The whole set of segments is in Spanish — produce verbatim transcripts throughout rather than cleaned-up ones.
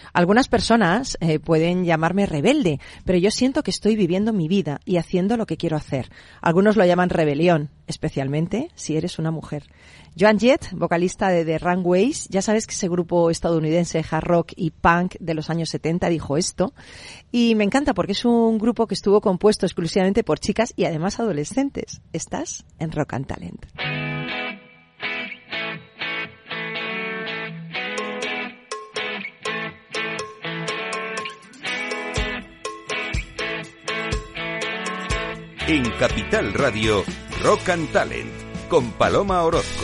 Algunas personas eh, pueden llamarme rebelde, pero yo siento que estoy viviendo mi vida y haciendo lo que quiero hacer. Algunos lo llaman rebelión, especialmente si eres una mujer. Joan Jett, vocalista de The Runaways, ya sabes que ese grupo estadounidense hard rock y punk de los años setenta dijo esto, y me encanta porque es un grupo que estuvo compuesto exclusivamente por chicas y además adolescentes. Estás en Rock and Talent. En Capital Radio, Rock and Talent, con Paloma Orozco.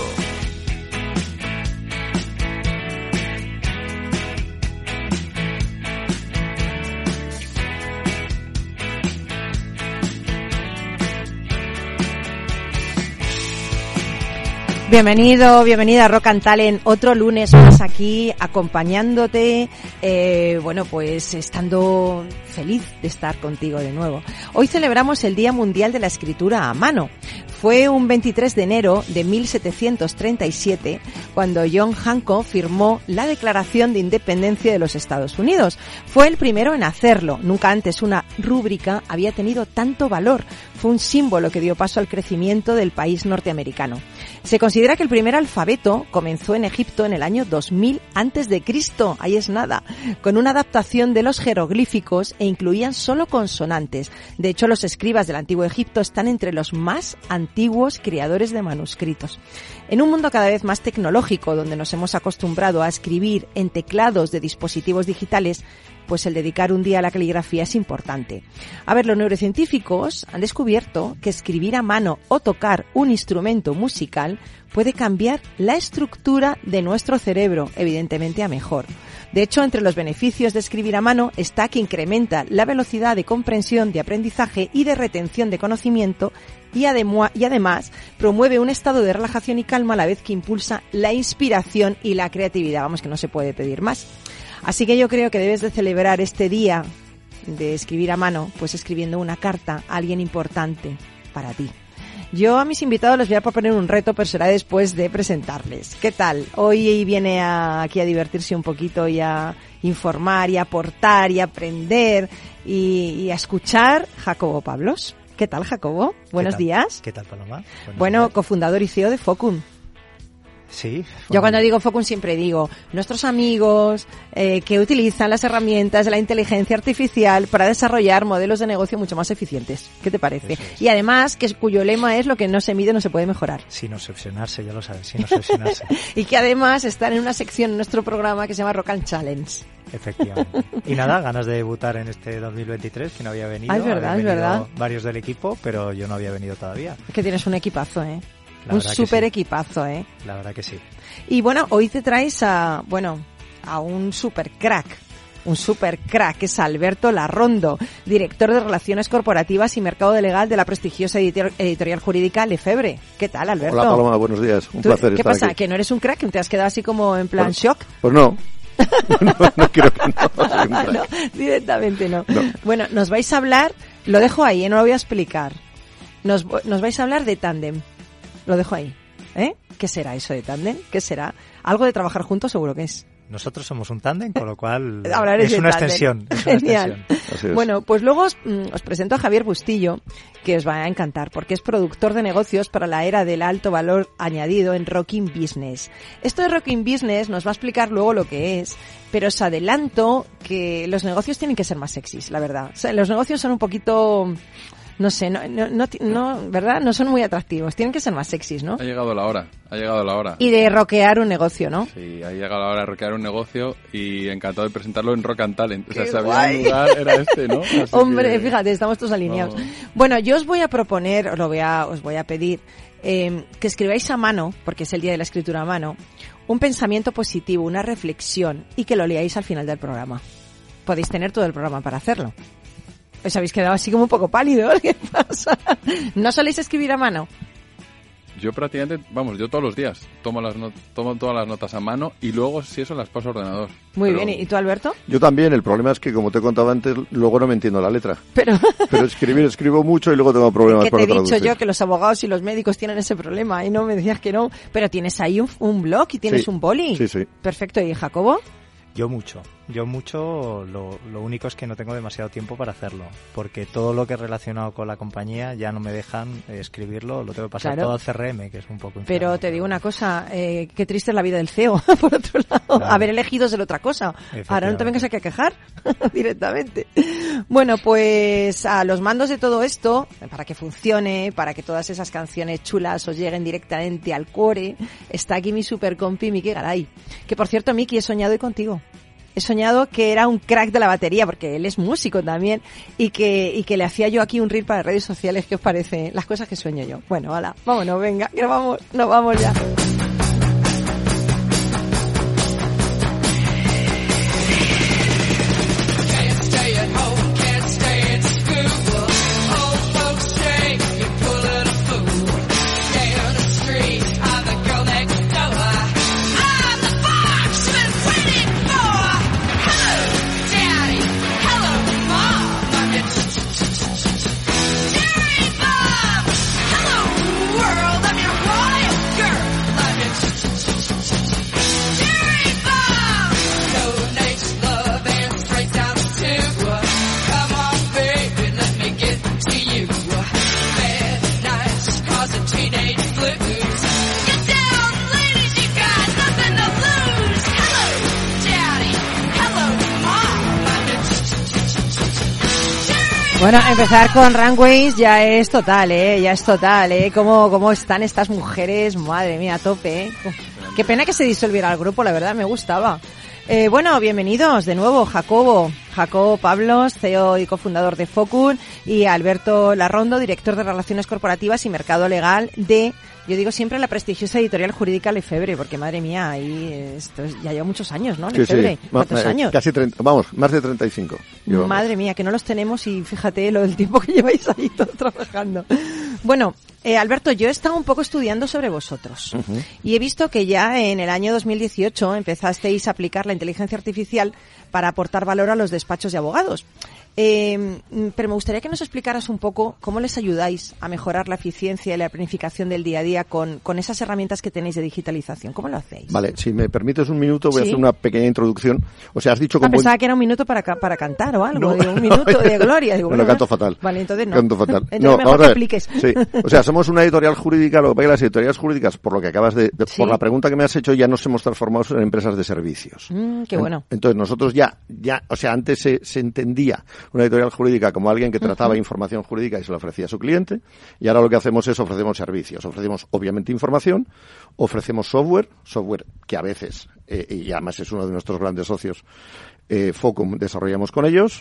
Bienvenido, bienvenida a Rock and Talent, otro lunes más aquí acompañándote, eh, bueno pues estando feliz de estar contigo de nuevo. Hoy celebramos el Día Mundial de la Escritura a Mano. Fue un veintitrés de enero de mil setecientos treinta y siete cuando John Hancock firmó la Declaración de Independencia de los Estados Unidos. Fue el primero en hacerlo. Nunca antes una rúbrica había tenido tanto valor. Fue un símbolo que dio paso al crecimiento del país norteamericano. Se considera que el primer alfabeto comenzó en Egipto en el año dos mil antes de Cristo, ahí es nada, con una adaptación de los jeroglíficos e incluían solo consonantes. De hecho, los escribas del antiguo Egipto están entre los más antiguos creadores de manuscritos. En un mundo cada vez más tecnológico, donde nos hemos acostumbrado a escribir en teclados de dispositivos digitales, pues el dedicar un día a la caligrafía es importante. A ver, los neurocientíficos han descubierto que escribir a mano o tocar un instrumento musical puede cambiar la estructura de nuestro cerebro, evidentemente a mejor. De hecho, entre los beneficios de escribir a mano está que incrementa la velocidad de comprensión, de aprendizaje y de retención de conocimiento y, adem- y además promueve un estado de relajación y calma a la vez que impulsa la inspiración y la creatividad. Vamos, que no se puede pedir más. Así que yo creo que debes de celebrar este día de escribir a mano, pues escribiendo una carta a alguien importante para ti. Yo a mis invitados les voy a proponer un reto, pero será después de presentarles. ¿Qué tal? Hoy viene a, aquí a divertirse un poquito y a informar y a aportar y a aprender y, y a escuchar Jacobo Pablos. ¿Qué tal, Jacobo? Buenos ¿Qué tal? días. ¿Qué tal, Paloma? Buenos bueno, días. Cofundador y C E O de Focum. Sí. Yo cuando digo Focum siempre digo nuestros amigos eh, que utilizan las herramientas de la inteligencia artificial para desarrollar modelos de negocio mucho más eficientes. ¿Qué te parece? Es. Y además, que cuyo lema es lo que no se mide no se puede mejorar. Sin obsesionarse, ya lo sabes, sin obsesionarse. Y que además están en una sección en nuestro programa que se llama Rock and Challenge. Efectivamente. Y nada, ganas de debutar en este dos mil veintitrés, que no había venido. Ah, es verdad, había es verdad. Varios del equipo, pero yo no había venido todavía. Es que tienes un equipazo, ¿eh? La un súper sí. equipazo, ¿eh? La verdad que sí. Y bueno, hoy te traes a, bueno, a un super crack. Un super crack, que es Alberto Larrondo, director de Relaciones Corporativas y Mercado de Legal de la prestigiosa editor- editorial jurídica Lefebvre. ¿Qué tal, Alberto? Hola, Paloma, buenos días. Un ¿Tú, placer ¿Qué estar pasa? aquí. ¿Que no eres un crack? ¿Te has quedado así como en plan pues, shock? Pues no. no, no quiero que no. no, directamente no. no. Bueno, nos vais a hablar, lo dejo ahí, ¿eh? No lo voy a explicar. Nos, nos vais a hablar de tándem. Lo dejo ahí. ¿Eh? ¿Qué será eso de tándem? ¿Qué será? Algo de trabajar juntos seguro que es. Nosotros somos un tándem, con lo cual Hablaréis es una tándem. extensión. Es una Genial. extensión. Bueno, pues luego os, os presento a Javier Bustillo, que os va a encantar, porque es productor de negocios para la era del alto valor añadido en Rocking Business. Esto de Rocking Business nos va a explicar luego lo que es, pero os adelanto que los negocios tienen que ser más sexys, la verdad. O sea, los negocios son un poquito... No sé, no, no, no, no, ¿verdad? No son muy atractivos. Tienen que ser más sexys, ¿no? Ha llegado la hora, ha llegado la hora. Y de rockear un negocio, ¿no? Sí, ha llegado la hora de rockear un negocio y encantado de presentarlo en Rock and Talent. O sea, ¡Qué si había guay! un lugar, era este, ¿no? Así Hombre, que... fíjate, estamos todos alineados. Vamos. Bueno, yo os voy a proponer, os lo voy a, os voy a pedir, eh, que escribáis a mano, porque es el día de la escritura a mano, un pensamiento positivo, una reflexión, y que lo leáis al final del programa. Podéis tener todo el programa para hacerlo. Os habéis quedado así como un poco pálidos. ¿Qué pasa? ¿No soléis escribir a mano? Yo prácticamente, vamos, yo todos los días tomo las not- tomo todas las notas a mano y luego, si eso, las paso a ordenador. Muy Pero- bien. ¿Y tú, Alberto? Yo también, el problema es que, como te he contado antes, luego no me entiendo la letra. Pero... Pero escribir, escribo mucho y luego tengo problemas que te para he dicho traducir. yo que los abogados y los médicos tienen ese problema y no me decías que no. Pero tienes ahí un, un blog y tienes Sí, un boli. sí, sí. Perfecto. ¿Y Jacobo? Yo mucho. Yo mucho, lo, lo único es que no tengo demasiado tiempo para hacerlo, porque todo lo que es relacionado con la compañía ya no me dejan eh, escribirlo, lo tengo que pasar Claro. todo al C R M, que es un poco infierno. Pero te digo una cosa, eh, qué triste es la vida del C E O, por otro lado, Claro. haber elegido ser otra cosa. Ahora no te vengas aquí a quejar directamente. Bueno, pues a los mandos de todo esto, para que funcione, para que todas esas canciones chulas os lleguen directamente al cuore, está aquí mi super compi Miki Garay. Que por cierto, Miki, he soñado hoy contigo. He soñado que era un crack de la batería, porque él es músico también, y que y que le hacía yo aquí un reel para redes sociales. ¿Qué os parece? Las cosas que sueño yo. Bueno, hala, vámonos, venga, que nos vamos, nos vamos ya. Bueno, empezar con Runways ya es total, ¿eh? Ya es total, ¿eh? ¿Cómo, cómo están estas mujeres? Madre mía, a tope, ¿eh? Qué pena que se disolviera el grupo, la verdad, me gustaba. Eh, bueno, bienvenidos de nuevo, Jacobo. Jacobo Pablos, C E O y cofundador de Focun, y Alberto Larrondo, director de Relaciones Corporativas y Mercado Legal de, yo digo siempre, la prestigiosa editorial jurídica Lefebvre, porque madre mía, ahí esto es, ya lleva muchos años, ¿no? Lefebvre, sí. ¿cuántos Ma- años? Casi treinta, vamos, más de treinta y cinco. Llevamos. Madre mía, que no los tenemos y fíjate lo del tiempo que lleváis ahí todos trabajando. Bueno, eh, Alberto, yo he estado un poco estudiando sobre vosotros uh-huh. y he visto que ya en el año dos mil dieciocho empezasteis a aplicar la inteligencia artificial para aportar valor a los despachos de abogados. Eh, pero me gustaría que nos explicaras un poco cómo les ayudáis a mejorar la eficiencia y la planificación del día a día con, con esas herramientas que tenéis de digitalización. ¿Cómo lo hacéis? Vale, si me permites un minuto voy ¿Sí? a hacer una pequeña introducción. O sea, has dicho... Ah, con pensaba buen... que era un minuto para, ca- para cantar o algo, No. digo, un minuto de gloria. Digo, Me bueno, lo canto no. fatal. Vale, entonces no. Canto fatal. Entonces No, mejor vamos que a ver. expliques. Sí. O sea, somos una editorial jurídica, lo que pasa es que las editoriales jurídicas, por lo que acabas de... de ¿Sí? Por la pregunta que me has hecho, ya nos hemos transformado en empresas de servicios. Mm, qué bueno. Entonces nosotros ya, ya, o sea, antes se, se entendía una editorial jurídica como alguien que trataba uh-huh. información jurídica y se la ofrecía a su cliente, y ahora lo que hacemos es ofrecemos servicios. Ofrecemos, obviamente, información, ofrecemos software, software que a veces, eh, y además es uno de nuestros grandes socios, eh, Focum, desarrollamos con ellos,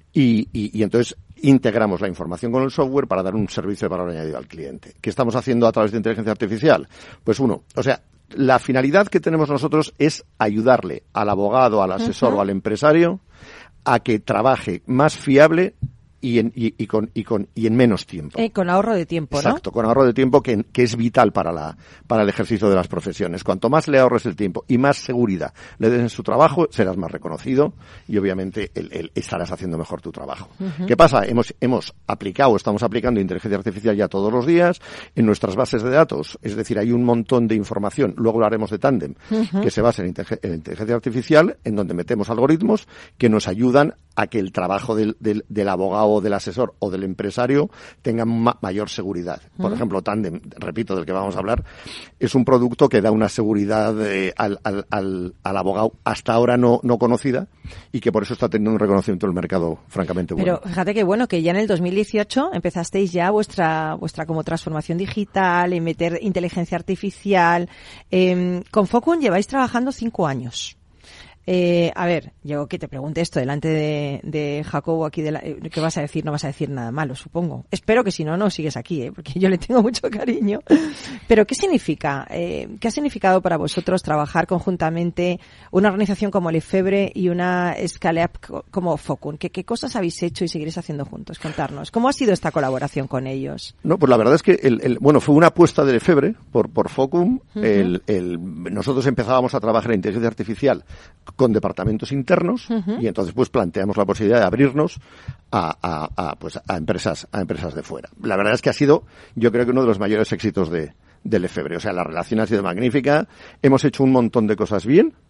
y, y, y entonces integramos la información con el software para dar un servicio de valor añadido al cliente. ¿Qué estamos haciendo a través de inteligencia artificial? Pues uno, o sea, la finalidad que tenemos nosotros es ayudarle al abogado, al asesor uh-huh. o al empresario a que trabaje más fiable y en, y, y con, y con, y en menos tiempo. Eh, con ahorro de tiempo, ¿no? Exacto, con ahorro de tiempo que, que es vital para la, para el ejercicio de las profesiones. Cuanto más le ahorres el tiempo y más seguridad le des en su trabajo, serás más reconocido y obviamente el, el, estarás haciendo mejor tu trabajo. Uh-huh. ¿Qué pasa? Hemos, hemos aplicado, estamos aplicando inteligencia artificial ya todos los días en nuestras bases de datos. Es decir, hay un montón de información, luego lo haremos de Tandem, uh-huh. que se basa en, integ- en inteligencia artificial, en donde metemos algoritmos que nos ayudan a que el trabajo del, del, del abogado o del asesor o del empresario tenga ma- mayor seguridad. Por uh-huh. ejemplo, Tandem, repito, del que vamos a hablar, es un producto que da una seguridad eh, al, al, al, al abogado hasta ahora no, no conocida y que por eso está teniendo un reconocimiento del mercado francamente bueno. Pero fíjate que bueno, que ya en el dos mil dieciocho empezasteis ya vuestra vuestra como transformación digital, en meter inteligencia artificial. Eh, con Focun lleváis trabajando cinco años. Eh, a ver, yo que te pregunte esto delante de, de Jacobo aquí, de la, ¿qué vas a decir? No vas a decir nada malo, supongo. Espero que si no, no sigues aquí, ¿eh? Porque yo le tengo mucho cariño. Pero, ¿qué significa? Eh, ¿Qué ha significado para vosotros trabajar conjuntamente una organización como Lefebvre y una Scale-up como Focun? ¿Qué, ¿Qué cosas habéis hecho y seguiréis haciendo juntos? Contarnos. ¿Cómo ha sido esta colaboración con ellos? No, pues la verdad es que, el, el, bueno, fue una apuesta de Lefebvre por, por Focum. Uh-huh. El, el, nosotros empezábamos a trabajar en inteligencia artificial con departamentos internos uh-huh. y entonces pues planteamos la posibilidad de abrirnos a, a, a pues a empresas a empresas de fuera. La verdad es que ha sido, yo creo que uno de los mayores éxitos de, de Lefebvre. O sea, la relación ha sido magnífica, hemos hecho un montón de cosas bien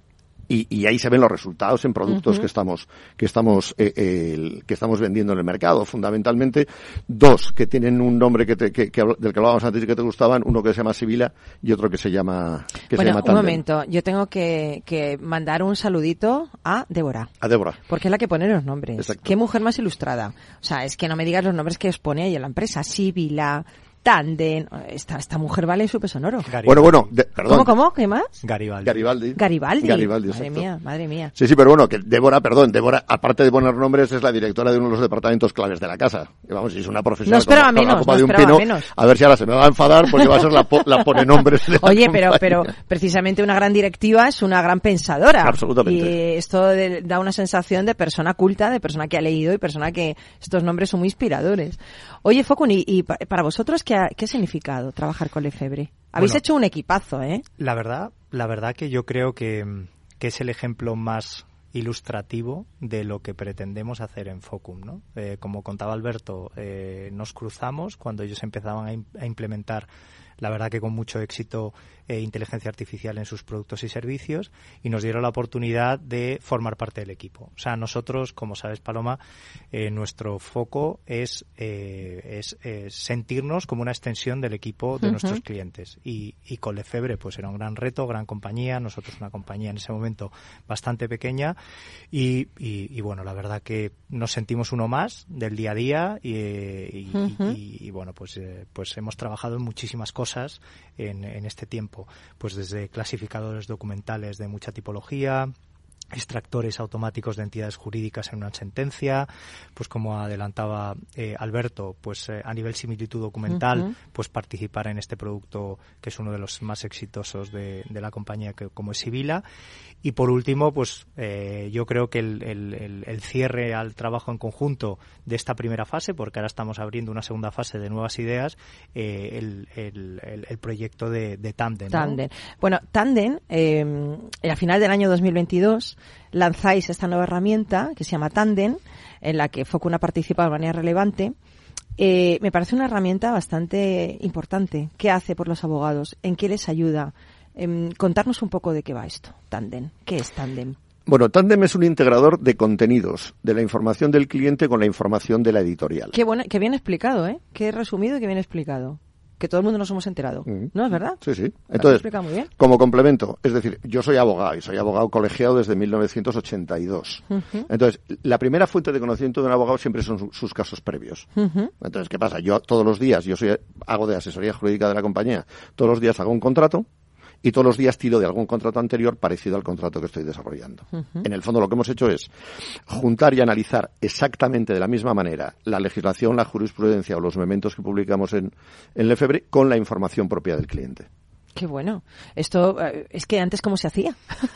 Y, y ahí se ven los resultados en productos Uh-huh. que estamos que estamos eh, eh, el, que estamos vendiendo en el mercado. Fundamentalmente dos que tienen un nombre que, te, que, que del que hablábamos antes y que te gustaban, uno que se llama Sibila y otro que se llama que bueno, se llama un Tandem. momento, yo tengo que, que mandar un saludito a Débora. A Débora. Porque es la que pone los nombres. Exacto. Qué mujer más ilustrada. O sea, es que no me digas los nombres que os pone ahí en la empresa. Sibila, Tandem. Esta, esta mujer vale su peso en oro. Garibaldi. Bueno, bueno, de, perdón. ¿Cómo, cómo? ¿Qué más? Garibaldi. Garibaldi. Garibaldi. Garibaldi, madre exacto. mía, madre mía. Sí, sí, pero bueno, que Débora, perdón, Débora, aparte de poner nombres, es la directora de uno de los departamentos claves de la casa. Y vamos, si es una profesional No esperaba con- con la menos, copa no de un esperaba pino, menos. a ver si ahora se me va a enfadar porque va a ser la, po- la pone nombres de la Oye, pero, compañía. pero precisamente una gran directiva es una gran pensadora. Absolutamente. Y esto de- da una sensación de persona culta, de persona que ha leído y persona que estos nombres son muy inspiradores. Oye, Focun, y, y pa- para vosotros, ¿qué ha, qué ha significado trabajar con Lefebvre? Habéis Bueno. hecho un equipazo, ¿eh? La verdad, la verdad que yo creo que, que es el ejemplo más ilustrativo de lo que pretendemos hacer en Focum, ¿no? Eh, como contaba Alberto, eh, nos cruzamos cuando ellos empezaban a, im- a implementar, la verdad que con mucho éxito, eh, inteligencia artificial en sus productos y servicios, y nos dieron la oportunidad de formar parte del equipo. O sea, nosotros, como sabes, Paloma, eh, nuestro foco es, eh, es eh, sentirnos como una extensión del equipo de Ujú. nuestros clientes. Y, y con Lefebvre, pues era un gran reto, gran compañía, nosotros una compañía en ese momento bastante pequeña, y, y, y bueno, la verdad que nos sentimos uno más del día a día, y, y, Ujú. y, y bueno, pues, eh, pues hemos trabajado en muchísimas cosas en, en este tiempo, pues desde clasificadores documentales de mucha tipología, extractores automáticos de entidades jurídicas en una sentencia, pues como adelantaba eh, Alberto, pues eh, a nivel similitud documental, Ujú. pues participar en este producto que es uno de los más exitosos de, de la compañía, que como es Sibila. Y por último, pues eh, yo creo que el, el, el, el cierre al trabajo en conjunto de esta primera fase, porque ahora estamos abriendo una segunda fase de nuevas ideas, eh, el, el, el, el proyecto de, de Tandem, ¿no? Tandem. Bueno, Tandem, eh, a final del año dos mil veintidós lanzáis esta nueva herramienta que se llama Tandem, en la que Focun ha participado de manera relevante. Eh, me parece una herramienta bastante importante. ¿Qué hace por los abogados? ¿En qué les ayuda? Eh, contarnos un poco de qué va esto, Tandem. ¿Qué es Tandem? Bueno, Tandem es un integrador de contenidos, de la información del cliente con la información de la editorial. Qué bueno, qué bien explicado, ¿eh? Qué resumido y qué bien explicado. Que todo el mundo nos hemos enterado. Mm. ¿No es verdad? Sí, sí. Lo has Entonces, explicado muy bien. como complemento, es decir, yo soy abogado y soy abogado colegiado desde mil novecientos ochenta y dos. Ujú. Entonces, la primera fuente de conocimiento de un abogado siempre son su- sus casos previos. Ujú. Entonces, ¿qué pasa? Yo todos los días, yo soy hago de asesoría jurídica de la compañía, todos los días hago un contrato y todos los días tiro de algún contrato anterior parecido al contrato que estoy desarrollando. Ujú. En el fondo lo que hemos hecho es juntar y analizar exactamente de la misma manera la legislación, la jurisprudencia o los mementos que publicamos en, en Lefebvre con la información propia del cliente. Qué bueno. Esto, eh, es que antes, ¿cómo se hacía?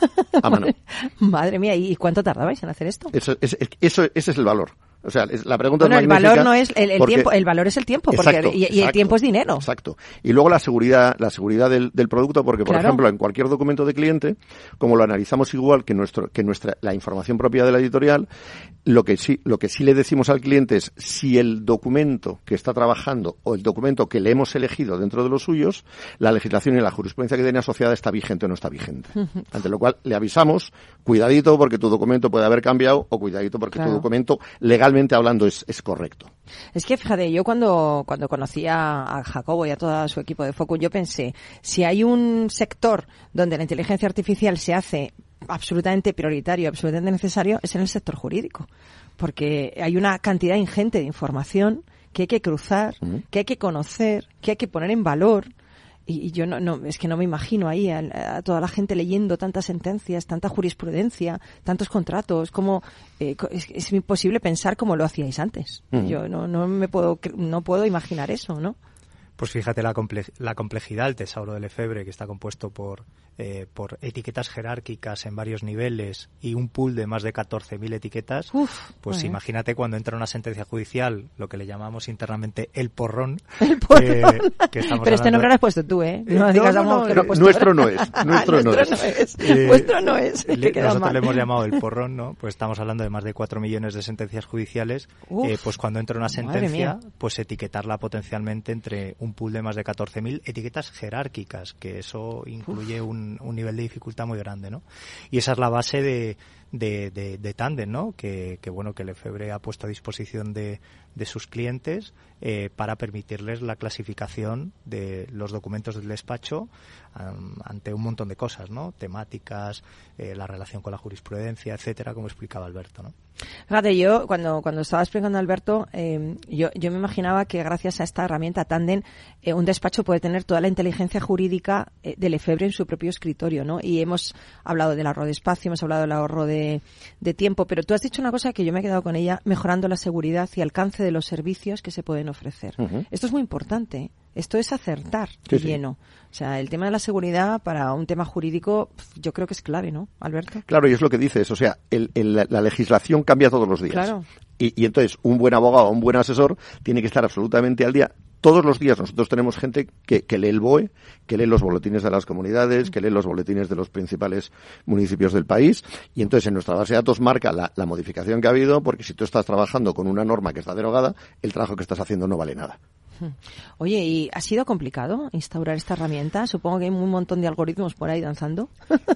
A mano. Madre, madre mía, ¿y cuánto tardabais en hacer esto? Eso, es- es- eso, ese es el valor. O sea, es- la pregunta Bueno, es el magnífica valor no es el, el porque- tiempo, el valor es el tiempo, porque Exacto, y, y el exacto, tiempo es dinero. Exacto. Y luego la seguridad, la seguridad del, del producto, porque por Claro. ejemplo en cualquier documento de cliente, como lo analizamos igual que nuestro, que nuestra, la información propia de la editorial, lo que sí, lo que sí le decimos al cliente es si el documento que está trabajando o el documento que le hemos elegido dentro de los suyos, la legislación y la jurisprudencia que tiene asociada está vigente o no está vigente. Ante lo cual le avisamos, cuidadito porque tu documento puede haber cambiado o cuidadito porque Claro. tu documento legalmente hablando es, es correcto. Es que fíjate, yo cuando, cuando conocí a, a Jacobo y a todo su equipo de Focus, yo pensé, si hay un sector donde la inteligencia artificial se hace absolutamente prioritario, absolutamente necesario, es en el sector jurídico. Porque hay una cantidad ingente de información que hay que cruzar, Ujú. que hay que conocer, que hay que poner en valor. Y, y yo no, no, es que no me imagino ahí a, a toda la gente leyendo tantas sentencias, tanta jurisprudencia, tantos contratos, como eh, co- es, es imposible pensar como lo hacíais antes. Ujú. Yo no, no me puedo, cre- no puedo imaginar eso, ¿no? Pues fíjate la, comple- la complejidad del tesauro de Lefebvre, que está compuesto por, eh, por etiquetas jerárquicas en varios niveles y un pool de más de catorce mil etiquetas. Uf, Pues bueno. imagínate cuando entra una sentencia judicial, lo que le llamamos internamente el porrón. El porrón. que- que estamos Pero este hablando- nombre lo has puesto tú, ¿eh? Eh, No, no, digas no, algo no, que lo eh, he puesto nuestro yo. no es, nuestro no Nuestro es. no es. Eh, Vuestro no es. le- que queda nosotros mal. le hemos llamado el porrón, ¿no? Pues estamos hablando de más de cuatro millones de sentencias judiciales. Uf, eh, pues cuando entra una madre sentencia, mía. pues etiquetarla potencialmente entre un pool de más de catorce mil etiquetas jerárquicas, que eso incluye un un, un nivel de dificultad muy grande, ¿no? Y esa es la base de de, de, de Tandem, ¿no? Que, que bueno, que Lefebvre ha puesto a disposición de, de sus clientes eh, para permitirles la clasificación de los documentos del despacho um, ante un montón de cosas, ¿no? Temáticas, eh, la relación con la jurisprudencia, etcétera, como explicaba Alberto, ¿no? Fíjate, yo cuando cuando estaba explicando a Alberto, eh, yo, yo me imaginaba que gracias a esta herramienta Tandem, eh, un despacho puede tener toda la inteligencia jurídica eh, de Lefebvre en su propio escritorio, ¿no? Y hemos hablado del ahorro de espacio, hemos hablado del ahorro de, de tiempo, pero tú has dicho una cosa que yo me he quedado con ella, mejorando la seguridad y alcance de los servicios que se pueden ofrecer. Uh-huh. Esto es muy importante, ¿eh? Esto es acertar de sí, lleno. Sí. O sea, el tema de la seguridad para un tema jurídico yo creo que es clave, ¿no, Alberto? Claro, y es lo que dices. O sea, el, el, la legislación cambia todos los días. Claro. Y, y entonces un buen abogado, un buen asesor tiene que estar absolutamente al día. Todos los días nosotros tenemos gente que, que lee el B O E, que lee los boletines de las comunidades, que lee los boletines de los principales municipios del país, y entonces en nuestra base de datos marca la, la modificación que ha habido, porque si tú estás trabajando con una norma que está derogada, el trabajo que estás haciendo no vale nada. Oye, ¿y ha sido complicado instaurar esta herramienta? Supongo que hay un montón de algoritmos por ahí danzando.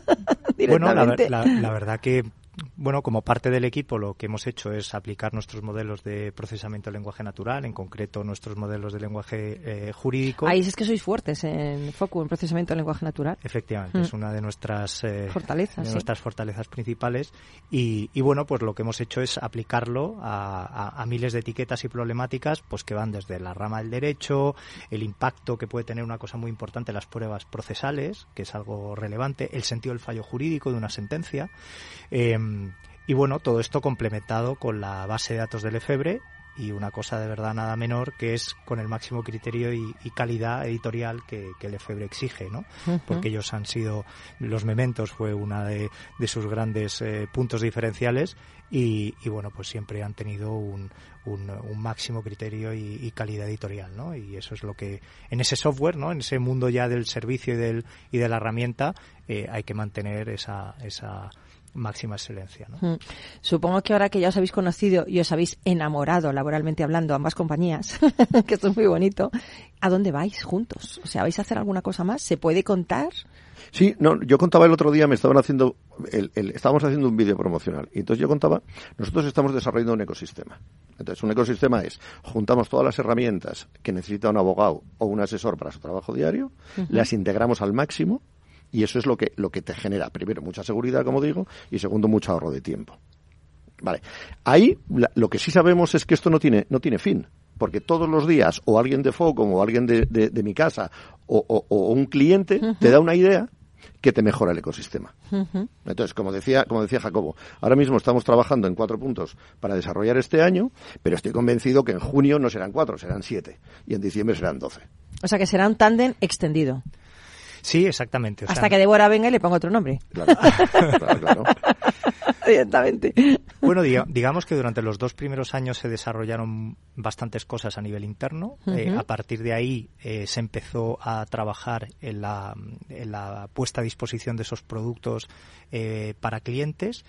Bueno, la, la, la verdad que, bueno, como parte del equipo lo que hemos hecho es aplicar nuestros modelos de procesamiento de lenguaje natural, en concreto nuestros modelos de lenguaje eh, jurídico. Ahí es que sois fuertes en Focus, en procesamiento de lenguaje natural. Efectivamente, mm. es una de nuestras eh, fortalezas, de sí. nuestras fortalezas principales y, y bueno, pues lo que hemos hecho es aplicarlo a, a, a miles de etiquetas y problemáticas, pues que van desde la rama del derecho, el impacto que puede tener una cosa muy importante, las pruebas procesales, que es algo relevante, el sentido del fallo jurídico de una sentencia. Eh, Y bueno, todo esto complementado con la base de datos de Lefebvre y una cosa de verdad nada menor, que es con el máximo criterio y, y calidad editorial que, que Lefebvre exige, ¿no? Uh-huh. Porque ellos han sido, los mementos fue una de, de sus grandes eh, puntos diferenciales y, y bueno, pues siempre han tenido un, un, un máximo criterio y, y calidad editorial, ¿no? Y eso es lo que, en ese software, ¿no? En ese mundo ya del servicio y del y de la herramienta, eh, hay que mantener esa, esa máxima excelencia, ¿no? Mm. Supongo que ahora que ya os habéis conocido y os habéis enamorado laboralmente hablando ambas compañías, que esto es muy bonito, ¿a dónde vais juntos? O sea, ¿vais a hacer alguna cosa más? ¿Se puede contar? Sí, no, yo contaba el otro día, me estaban haciendo, el, el, estábamos haciendo un vídeo promocional y entonces yo contaba, nosotros estamos desarrollando un ecosistema. Entonces un ecosistema es, juntamos todas las herramientas que necesita un abogado o un asesor para su trabajo diario, uh-huh. las integramos al máximo. Y eso es lo que lo que te genera, primero, mucha seguridad, como digo, y segundo, mucho ahorro de tiempo. Vale. Ahí, la, lo que sí sabemos es que esto no tiene no tiene fin, porque todos los días, o alguien de Focom, o alguien de, de, de mi casa, o, o, o un cliente, uh-huh. te da una idea que te mejora el ecosistema. Uh-huh. Entonces, como decía como decía Jacobo, ahora mismo estamos trabajando en cuatro puntos para desarrollar este año, pero estoy convencido que en junio no serán cuatro, serán siete, y en diciembre serán doce. O sea, que será un tándem extendido. Sí, exactamente. O Hasta sea, que Débora venga y le ponga otro nombre. Claro, claro, claro. Directamente. Bueno, diga, digamos que durante los dos primeros años se desarrollaron bastantes cosas a nivel interno. Uh-huh. Eh, a partir de ahí eh, se empezó a trabajar en la, en la puesta a disposición de esos productos eh, para clientes.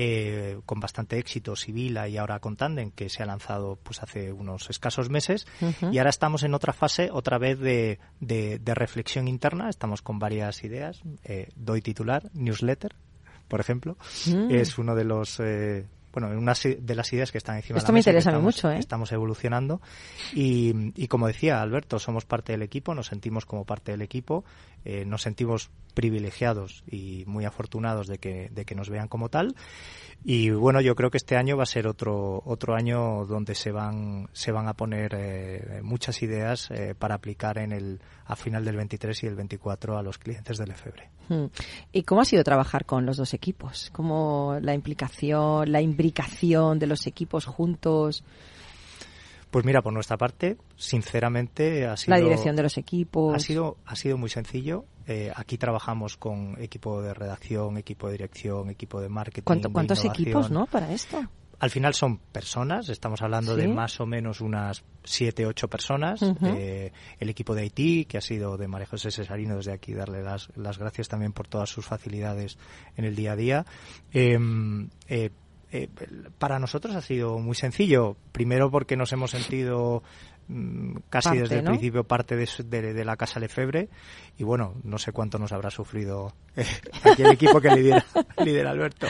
Eh, con bastante éxito Sibila y ahora con Tandem, que se ha lanzado pues hace unos escasos meses. Uh-huh. Y ahora estamos en otra fase, otra vez de, de, de reflexión interna. Estamos con varias ideas. Eh, doy titular, newsletter, por ejemplo. Uh-huh. Es uno de los... Eh, bueno, una de las ideas que están encima Esto de la mesa. Esto me interesa estamos, mucho, ¿eh? Estamos evolucionando y, y como decía Alberto, somos parte del equipo, nos sentimos como parte del equipo, eh, nos sentimos privilegiados y muy afortunados de que, de que nos vean como tal. Y bueno, yo creo que este año va a ser otro otro año donde se van se van a poner eh, muchas ideas eh, para aplicar en el a final del veintitrés y el veinticuatro a los clientes de Lefebvre. ¿Y cómo ha sido trabajar con los dos equipos? ¿Cómo la implicación, la imbricación de los equipos juntos? Pues mira, por nuestra parte, sinceramente ha sido... La dirección de los equipos... Ha sido, ha sido muy sencillo. Eh, aquí trabajamos con equipo de redacción, equipo de dirección, equipo de marketing, ¿Cuánto, de ¿Cuántos innovación. equipos, no, para esto? Al final son personas, estamos hablando ¿Sí? de más o menos unas siete, ocho personas. Uh-huh. Eh, el equipo de I T, que ha sido de María José Cesarino, desde aquí darle las, las gracias también por todas sus facilidades en el día a día. Eh, eh, Eh, para nosotros ha sido muy sencillo, primero porque nos hemos sentido casi parte, desde el ¿no? principio parte de, de, de la Casa Lefebvre, y bueno, no sé cuánto nos habrá sufrido eh, aquí el equipo que lidera, lidera Alberto.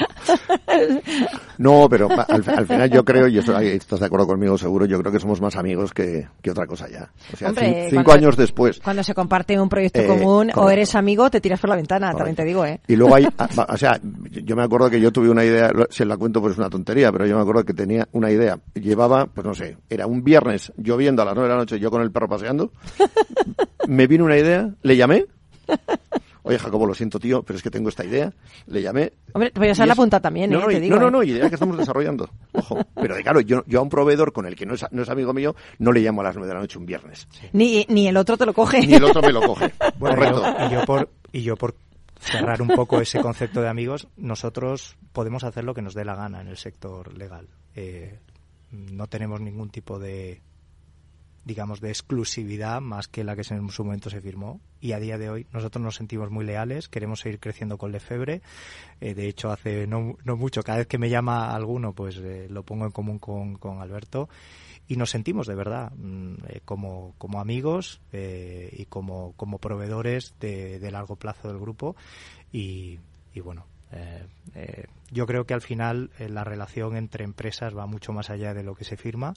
No, pero al, al final yo creo, y esto, estás de acuerdo conmigo seguro, yo creo que somos más amigos que, que otra cosa ya. O sea, Hombre, c- cinco cuando, años después. Cuando se comparte un proyecto Eh, común, correcto. o eres amigo, te tiras por la ventana, Correcto. también te digo, ¿eh? Y luego hay, o sea, yo me acuerdo que yo tuve una idea, si la cuento pues es una tontería, pero yo me acuerdo que tenía una idea. Llevaba, pues no sé, era un viernes lloviendo a las nueve de la noche, yo con el perro paseando. Me vino una idea, le llamé. Oye, Jacobo, lo siento, tío, pero es que tengo esta idea. Le llamé. Hombre, voy a usar y la es- punta también, no, ¿eh? no, Te y- digo, no, no, ¿eh? no, idea que estamos desarrollando. Ojo. Pero claro, yo, yo a un proveedor con el que no es, no es amigo mío, no le llamo a las nueve de la noche un viernes. Ni, ni el otro te lo coge. Ni el otro me lo coge. Bueno, Correcto. yo- y yo por y yo por cerrar un poco ese concepto de amigos, nosotros podemos hacer lo que nos dé la gana en el sector legal. Eh, no tenemos ningún tipo de, digamos, de exclusividad más que la que en su momento se firmó, y a día de hoy nosotros nos sentimos muy leales, queremos seguir creciendo con Lefebvre. Eh, de hecho, hace no, no mucho, cada vez que me llama alguno, pues eh, lo pongo en común con, con Alberto, y nos sentimos de verdad mmm, eh, como, como amigos eh, y como, como proveedores de, de largo plazo del grupo, y, y bueno, eh, eh, yo creo que al final eh, la relación entre empresas va mucho más allá de lo que se firma.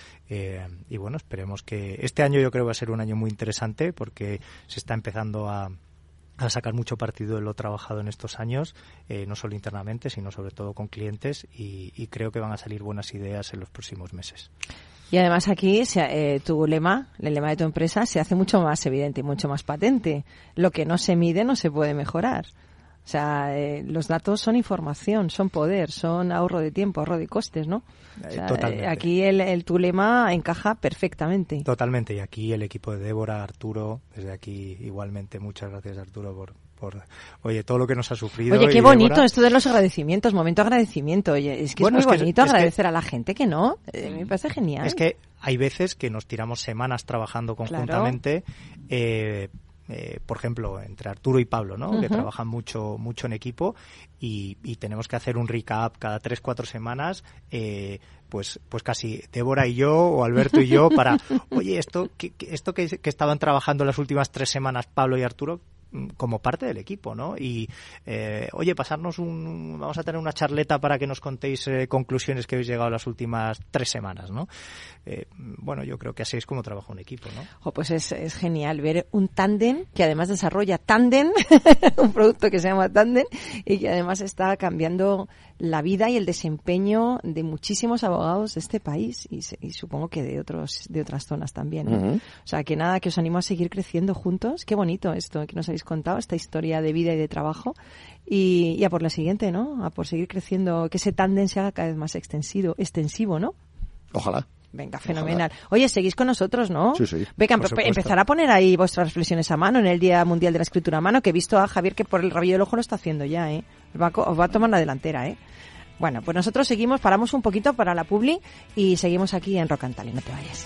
Eh, y bueno, esperemos que este año, yo creo que va a ser un año muy interesante, porque se está empezando a, a sacar mucho partido de lo trabajado en estos años, eh, no solo internamente, sino sobre todo con clientes, y, y creo que van a salir buenas ideas en los próximos meses. Y además aquí se, eh, tu lema, el lema de tu empresa, se hace mucho más evidente y mucho más patente. Lo que no se mide no se puede mejorar. O sea, eh, los datos son información, son poder, son ahorro de tiempo, ahorro de costes, ¿no? O sea, Totalmente. eh, aquí el, el tu lema encaja perfectamente. Totalmente, y aquí el equipo de Débora, Arturo, desde aquí igualmente muchas gracias, Arturo, por, por oye, todo lo que nos ha sufrido. Oye, qué y bonito Débora, esto de los agradecimientos, momento de agradecimiento. Oye, es que Bueno, es muy es que- bonito es que- agradecer a la gente, que no, eh, me parece genial. Es que hay veces que nos tiramos semanas trabajando conjuntamente, eh, eh, por ejemplo, entre Arturo y Pablo, ¿no? Ujú. Que trabajan mucho mucho en equipo, y, y tenemos que hacer un recap cada tres, cuatro semanas, eh, pues pues casi Débora y yo, o Alberto y yo, para, oye, esto que, que- esto que, que estaban trabajando las últimas tres semanas Pablo y Arturo, como parte del equipo, ¿no? Y, eh, oye, pasarnos un... Vamos a tener una charleta para que nos contéis eh, conclusiones que habéis llegado las últimas tres semanas, ¿no? Eh, bueno, yo creo que así es como trabaja un equipo, ¿no? Oh, pues es, es genial ver un tándem que además desarrolla tándem, un producto que se llama tándem, y que además está cambiando la vida y el desempeño de muchísimos abogados de este país, y, se- y supongo que de otros de otras zonas también, ¿no? Ujú. O sea, que nada, que os animo a seguir creciendo juntos. Qué bonito esto que nos habéis contado, esta historia de vida y de trabajo, y, y a por la siguiente, ¿no? A por seguir creciendo, que ese tándem se haga cada vez más extensivo, extensivo, ¿no? Ojalá. Venga, fenomenal. Oye, seguís con nosotros, ¿no? Sí, sí. Venga, Por empe- supuesto. empezar a poner ahí vuestras reflexiones a mano en el Día Mundial de la Escritura a Mano, que he visto a Javier que por el rabillo del ojo lo está haciendo ya, ¿eh? Os va a, co- os va a tomar la delantera, ¿eh? Bueno, pues nosotros seguimos, paramos un poquito para la publi y seguimos aquí en Rock and Talent, no te vayas.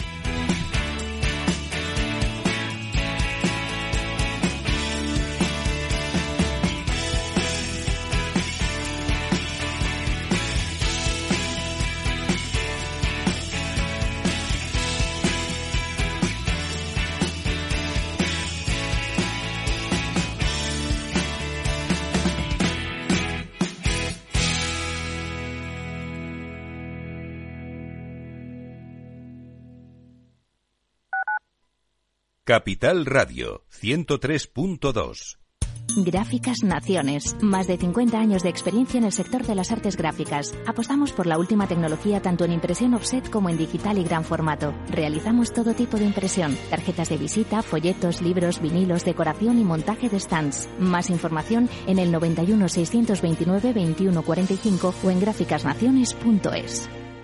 Capital Radio ciento tres punto dos. Gráficas Naciones. Más de cincuenta años de experiencia en el sector de las artes gráficas. Apostamos por la última tecnología tanto en impresión offset como en digital y gran formato. Realizamos todo tipo de impresión. Tarjetas de visita, folletos, libros, vinilos, decoración y montaje de stands. Más información en el noventa y uno, seiscientos veintinueve, veintiuno cuarenta y cinco o en gráficas naciones punto es.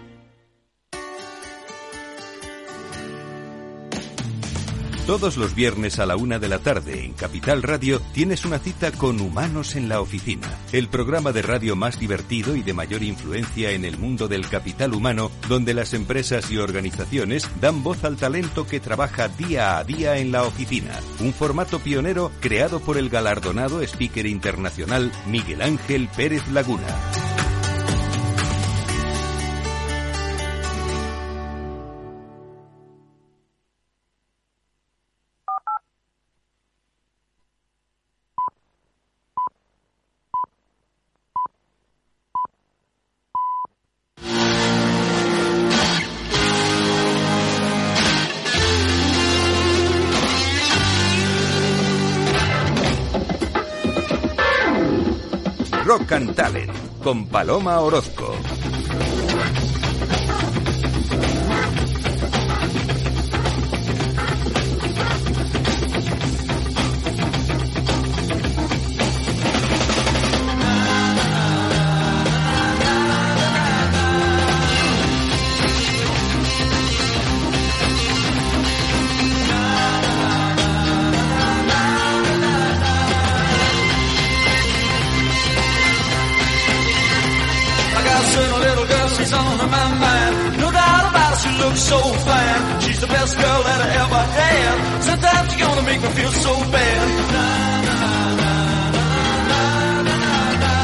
Todos los viernes a la una de la tarde en Capital Radio tienes una cita con Humanos en la Oficina, el programa de radio más divertido y de mayor influencia en el mundo del capital humano, donde las empresas y organizaciones dan voz al talento que trabaja día a día en la oficina. Un formato pionero creado por el galardonado speaker internacional Miguel Ángel Pérez Laguna. Rock and Talent, con Paloma Orozco. So fine, she's the best girl that I ever had. Sometimes you're gonna make me feel so bad. Na, na, na, na, na, na, na.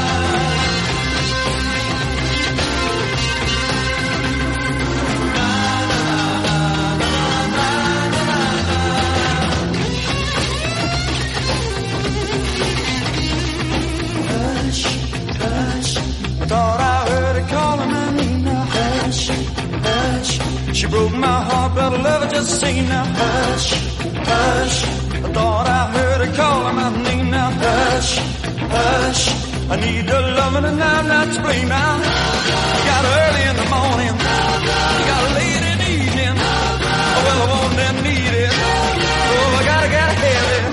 Hush, hush, I thought I heard her calling my name now. Hush, hush. She broke my heart, but I love her just the same now. Hush, hush, I thought I heard her calling my name now. Hush, hush, I need her loving and I'm not to blame now. You got her early in the morning, you got her late in the evening. Oh, well, I want and need it, oh, I gotta, gotta have it.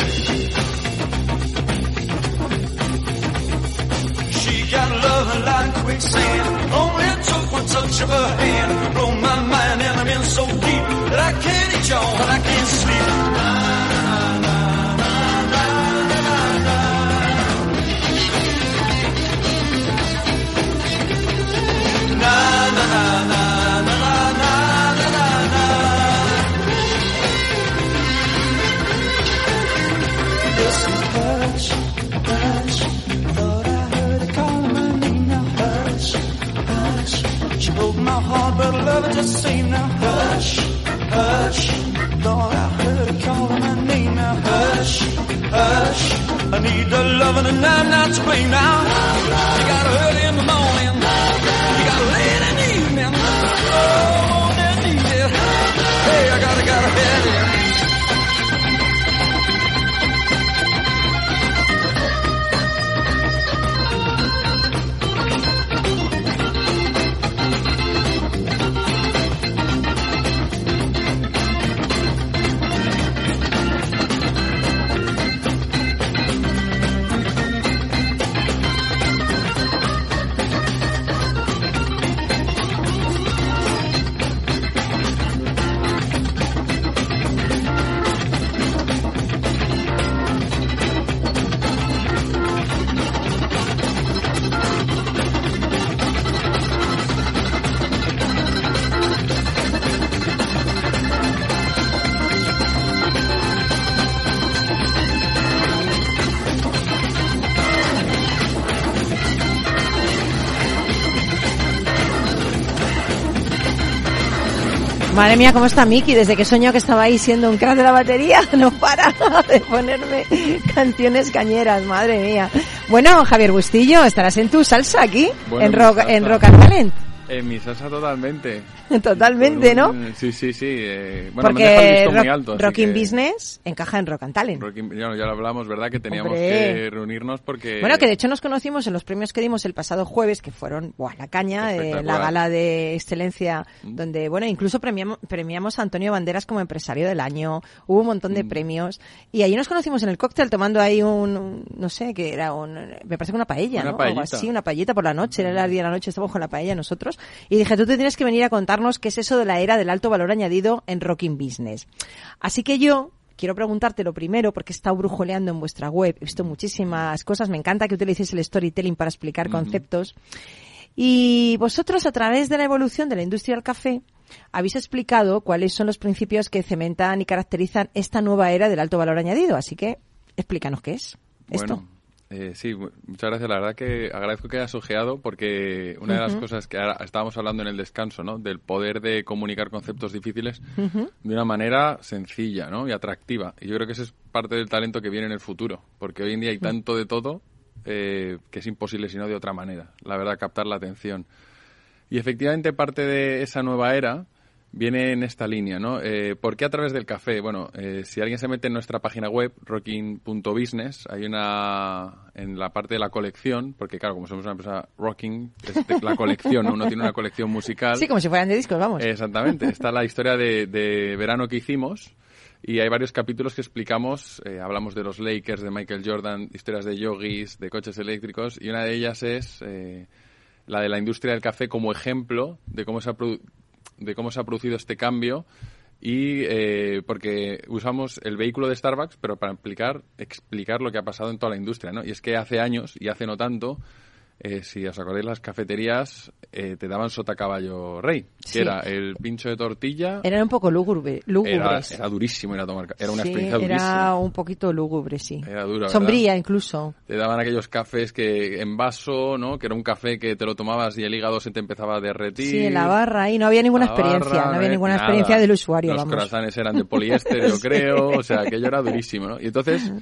She got loving like quicksand, only took one touch of her hand. Blow my mind and I'm in so deep that I can't eat y'all and I can't sleep. Na, na, na, na, na, na, na. Na, na, na, na, na, na, na, na, na. Listen, hush, hush, thought I heard her calling my name now. Hush, hush, she broke my heart, but I love her just the same now. Hush, hush, thought I heard her calling my name now. Hush, hush, I need the loving and I'm not to blame now. You got her early in the morning, you got her late in the evening. Oh, I need it. Hey, I gotta, gotta have it. Madre mía, cómo está Miki, desde que soñó que estaba ahí siendo un crack de la batería, no para de ponerme canciones cañeras, madre mía. Bueno, Javier Bustillo, estarás en tu salsa aquí, bueno, en rock, en Rock and Talent. En mi salsa totalmente. Totalmente, ¿no? Un, sí, sí, sí. Eh, bueno, porque me deja el listón rock, muy alto. Rock in que... Business encaja en Rock and Talent. Rock in, ya, ya lo hablamos, ¿verdad? Que teníamos Hombre. que reunirnos porque... Bueno, que de hecho nos conocimos en los premios que dimos el pasado jueves, que fueron, buah, la caña, eh, la gala de excelencia, mm. donde, bueno, incluso premiamos, premiamos a Antonio Banderas como empresario del año, hubo un montón de mm. premios, y allí nos conocimos en el cóctel tomando ahí un, un no sé, que era un, me parece que una paella, una ¿no? Paellita. Algo así, una paellita por la noche, era el día de la noche, estábamos con la paella nosotros, y dije, tú te tienes que venir a contarnos qué es eso de la era del alto valor añadido en Rock in Business. Así que yo quiero preguntarte lo primero, porque he estado brujoleando en vuestra web, he visto muchísimas cosas, me encanta que utilicéis el storytelling para explicar uh-huh. conceptos. Y vosotros, a través de la evolución de la industria del café, habéis explicado cuáles son los principios que cementan y caracterizan esta nueva era del alto valor añadido. Así que, explícanos qué es esto. Bueno. Eh, sí, muchas gracias. La verdad que agradezco que hayas ojeado porque una de las uh-huh. cosas que ahora estábamos hablando en el descanso, ¿no? Del poder de comunicar conceptos difíciles uh-huh. de una manera sencilla, ¿no? Y atractiva. Y yo creo que ese es parte del talento que viene en el futuro, porque hoy en día hay tanto de todo eh, que es imposible sino de otra manera. La verdad, captar la atención. Y efectivamente parte de esa nueva era viene en esta línea, ¿no? Eh, ¿Por qué a través del café? Bueno, eh, si alguien se mete en nuestra página web, rocking punto business, hay una, en la parte de la colección, porque claro, como somos una empresa rocking, es de la colección, ¿no? Uno tiene una colección musical. Sí, como si fueran de discos, vamos. Exactamente. Está la historia de, de verano que hicimos, y hay varios capítulos que explicamos, eh, hablamos de los Lakers, de Michael Jordan, historias de yogis, de coches eléctricos, y una de ellas es eh, la de la industria del café como ejemplo de cómo se ha produ- de cómo se ha producido este cambio, y eh, porque usamos el vehículo de Starbucks, pero para explicar, explicar lo que ha pasado en toda la industria, ¿no? Y es que hace años, y hace no tanto, eh, si os acordáis, las cafeterías eh, te daban sota caballo rey, que Sí. era el pincho de tortilla. Eran un poco lúgubre, Era, lúgubres. era durísimo ir a tomar café, era una Sí, experiencia era durísima. un poquito lúgubre, sí. Era duro, ¿verdad? Sombría incluso. Te daban aquellos cafés que en vaso, ¿no? Que era un café que te lo tomabas y el hígado se te empezaba a derretir. Sí, en la barra ahí no había ninguna La experiencia, barra, no había eh, ninguna nada. experiencia del usuario, Los vamos. croissants eran de poliéster, yo creo, o sea, aquello era durísimo, ¿no? Y entonces,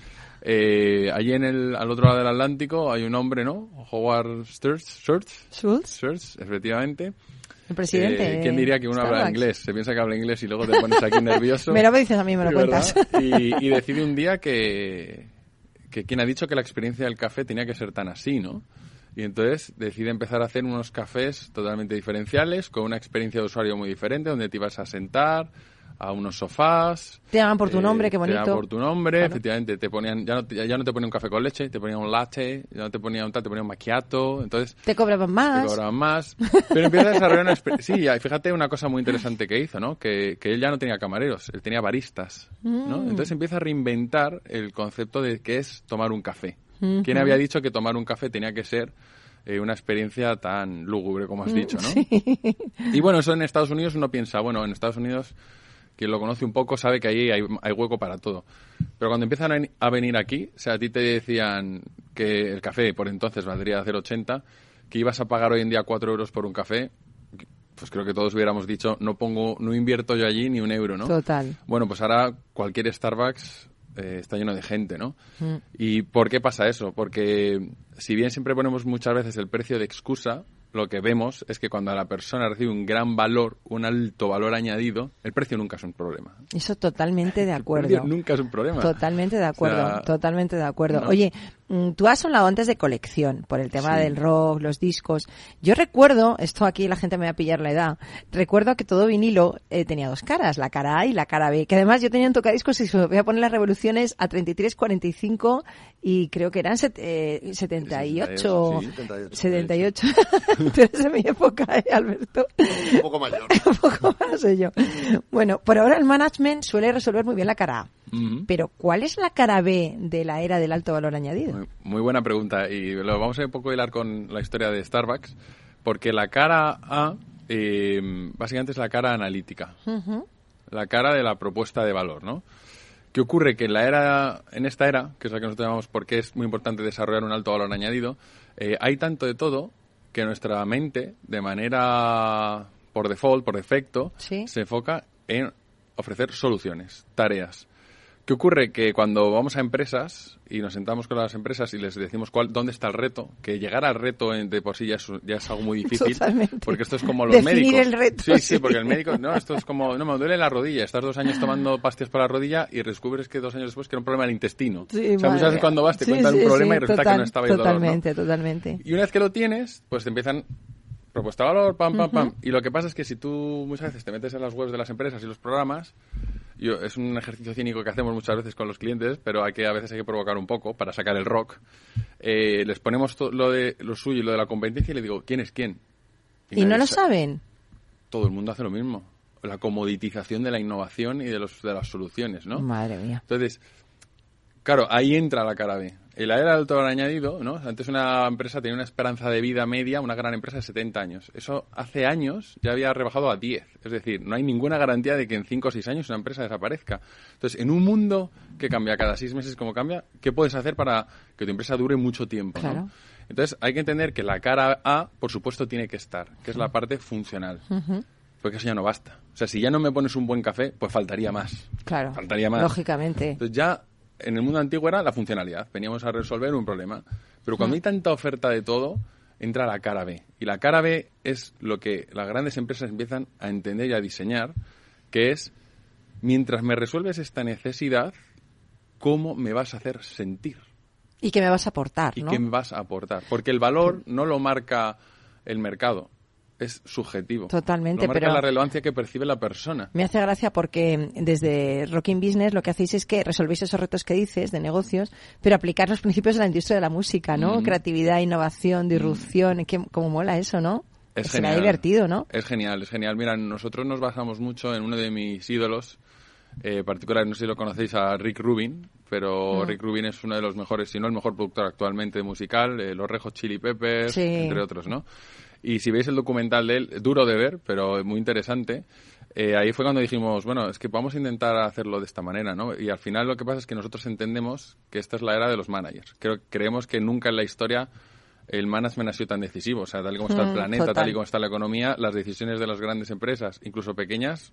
eh, allí en el, al otro lado del Atlántico hay un hombre, ¿no? Howard Schultz, Schultz, Schultz, Schultz, efectivamente. el presidente. Eh, ¿Quién diría que uno habla Starbucks. inglés? Se piensa que habla inglés y luego te pones aquí nervioso. Me lo dices a mí, me lo Sí, cuentas. ¿verdad? Y, y decide un día que, que quien ha dicho que la experiencia del café tenía que ser tan así, ¿no? Y entonces decide empezar a hacer unos cafés totalmente diferenciales, con una experiencia de usuario muy diferente, donde te ibas a sentar a unos sofás. Te llaman por tu eh, nombre, qué Te bonito. llaman por tu nombre, Claro. efectivamente. Te ponían, ya no, te- ya no te ponían un café con leche, te ponían un latte, ya no te ponían un tal, te ponían un macchiato. Entonces, Te cobraban más. te cobraban más. Pero empieza a desarrollar una experiencia. Sí, y fíjate una cosa muy interesante que hizo, ¿no? Que, que él ya no tenía camareros, él tenía baristas, ¿no? Mm. Entonces empieza a reinventar el concepto de qué es tomar un café. ¿Quién había dicho que tomar un café tenía que ser eh, una experiencia tan lúgubre como has dicho, ¿no? Y bueno, eso en Estados Unidos uno piensa, bueno, en Estados Unidos quien lo conoce un poco sabe que ahí hay, hay hueco para todo. Pero cuando empiezan a, ven- a venir aquí, o sea, a ti te decían que el café por entonces valdría cero coma ochenta, que ibas a pagar hoy en día cuatro euros por un café, pues creo que todos hubiéramos dicho, no pongo, no invierto yo allí ni un euro, ¿no? Total. Bueno, pues ahora cualquier Starbucks eh, está lleno de gente, ¿no? Mm. ¿Y por qué pasa eso? Porque si bien siempre ponemos muchas veces el precio de excusa, lo que vemos es que cuando la persona recibe un gran valor, un alto valor añadido, el precio nunca es un problema. Eso totalmente de El acuerdo. precio nunca es un problema. Totalmente de acuerdo, O sea, totalmente de acuerdo. ¿no? Oye, mm, tú has hablado antes de colección, por el tema Sí. del rock, los discos. Yo recuerdo, esto aquí la gente me va a pillar la edad, recuerdo que todo vinilo eh, tenía dos caras, la cara A y la cara B, que además yo tenía un tocadiscos y se voy a poner las revoluciones a treinta y tres, cuarenta y cinco y creo que eran set- eh, setenta y ocho. Sí, setenta y ocho. Tú eres de mi época, ¿eh, Alberto? Un poco mayor. Un poco más soy yo. Bueno, por ahora el management suele resolver muy bien la cara A. Ujú. Pero ¿cuál es la cara B de la era del alto valor añadido? Muy, muy buena pregunta, y lo vamos a un poco hilar con la historia de Starbucks, porque la cara A eh, básicamente es la cara analítica, Ujú. la cara de la propuesta de valor, ¿no? ¿Qué ocurre? Que en la era, en esta era, que es la que nosotros llamamos porque es muy importante desarrollar un alto valor añadido, eh, hay tanto de todo que nuestra mente, de manera por default, por defecto, Sí. se enfoca en ofrecer soluciones, tareas. ¿Qué ocurre? Que cuando vamos a empresas y nos sentamos con las empresas y les decimos cuál, dónde está el reto, que llegar al reto en- de por sí ya es, ya es algo muy difícil, Totalmente. porque esto es como los Definir médicos. el reto, sí, sí, sí. porque el médico, no, esto es como, no, me duele la rodilla, estás dos años tomando pastillas para la rodilla y descubres que dos años después que era un problema del intestino. Sí, o sea, muchas madre veces cuando vas te Sí, cuentan sí, un problema sí, y resulta total- que no estaba el dolor, ¿no? Totalmente, totalmente. Y una vez que lo tienes, pues te empiezan propuesta de valor, pam, pam, pam. Y lo que pasa es que si tú muchas veces te metes en las webs de las empresas y los programas, yo, es un ejercicio cínico que hacemos muchas veces con los clientes, pero hay que a veces hay que provocar un poco para sacar el rock. Eh, les ponemos to- lo de lo suyo y lo de la competencia y le digo, ¿quién es quién? ¿Y no nadie lo sa- saben? Todo el mundo hace lo mismo. La comoditización de la innovación y de, los, de las soluciones, ¿no? Madre mía. Entonces, claro, ahí entra la cara B. En la era del alto valor añadido, ¿no? Antes una empresa tenía una esperanza de vida media, una gran empresa de setenta años. Eso hace años ya había rebajado a diez. Es decir, no hay ninguna garantía de que en cinco o seis años una empresa desaparezca. Entonces, en un mundo que cambia cada seis meses como cambia, ¿qué puedes hacer para que tu empresa dure mucho tiempo? ¿no? Claro. Entonces, hay que entender que la cara A, por supuesto, tiene que estar, que es la parte funcional. Porque eso ya no basta. O sea, si ya no me pones un buen café, pues faltaría más. Claro. Faltaría más. Lógicamente. Entonces ya en el mundo antiguo era la funcionalidad, veníamos a resolver un problema. Pero cuando hay tanta oferta de todo, entra la cara B. Y la cara B es lo que las grandes empresas empiezan a entender y a diseñar, que es, mientras me resuelves esta necesidad, ¿cómo me vas a hacer sentir? ¿Y qué me vas a aportar, ¿Y no? qué me vas a aportar? Porque el valor no lo marca el mercado, es subjetivo. Totalmente, lo marca pero la relevancia que percibe la persona. Me hace gracia porque desde Rocking Business lo que hacéis es que resolvéis esos retos que dices de negocios, pero aplicar los principios de la industria de la música, ¿no? Mm. Creatividad, innovación, disrupción, mm. que cómo mola eso, ¿no? Es Será genial. divertido, ¿no? Es genial, es genial. Mira, nosotros nos basamos mucho en uno de mis ídolos, eh, particular, no sé si lo conocéis, a Rick Rubin, pero mm. Rick Rubin es uno de los mejores, si no el mejor productor actualmente musical, eh, los Red Hot Chili Peppers, sí. entre otros, ¿no? Y si veis el documental de él, duro de ver, pero muy interesante, eh, ahí fue cuando dijimos, bueno, es que vamos a intentar hacerlo de esta manera, ¿no? Y al final lo que pasa es que nosotros entendemos que esta es la era de los managers. Creo, creemos que nunca en la historia el management ha sido tan decisivo. O sea, tal y como está el planeta, Total. tal y como está la economía, las decisiones de las grandes empresas, incluso pequeñas,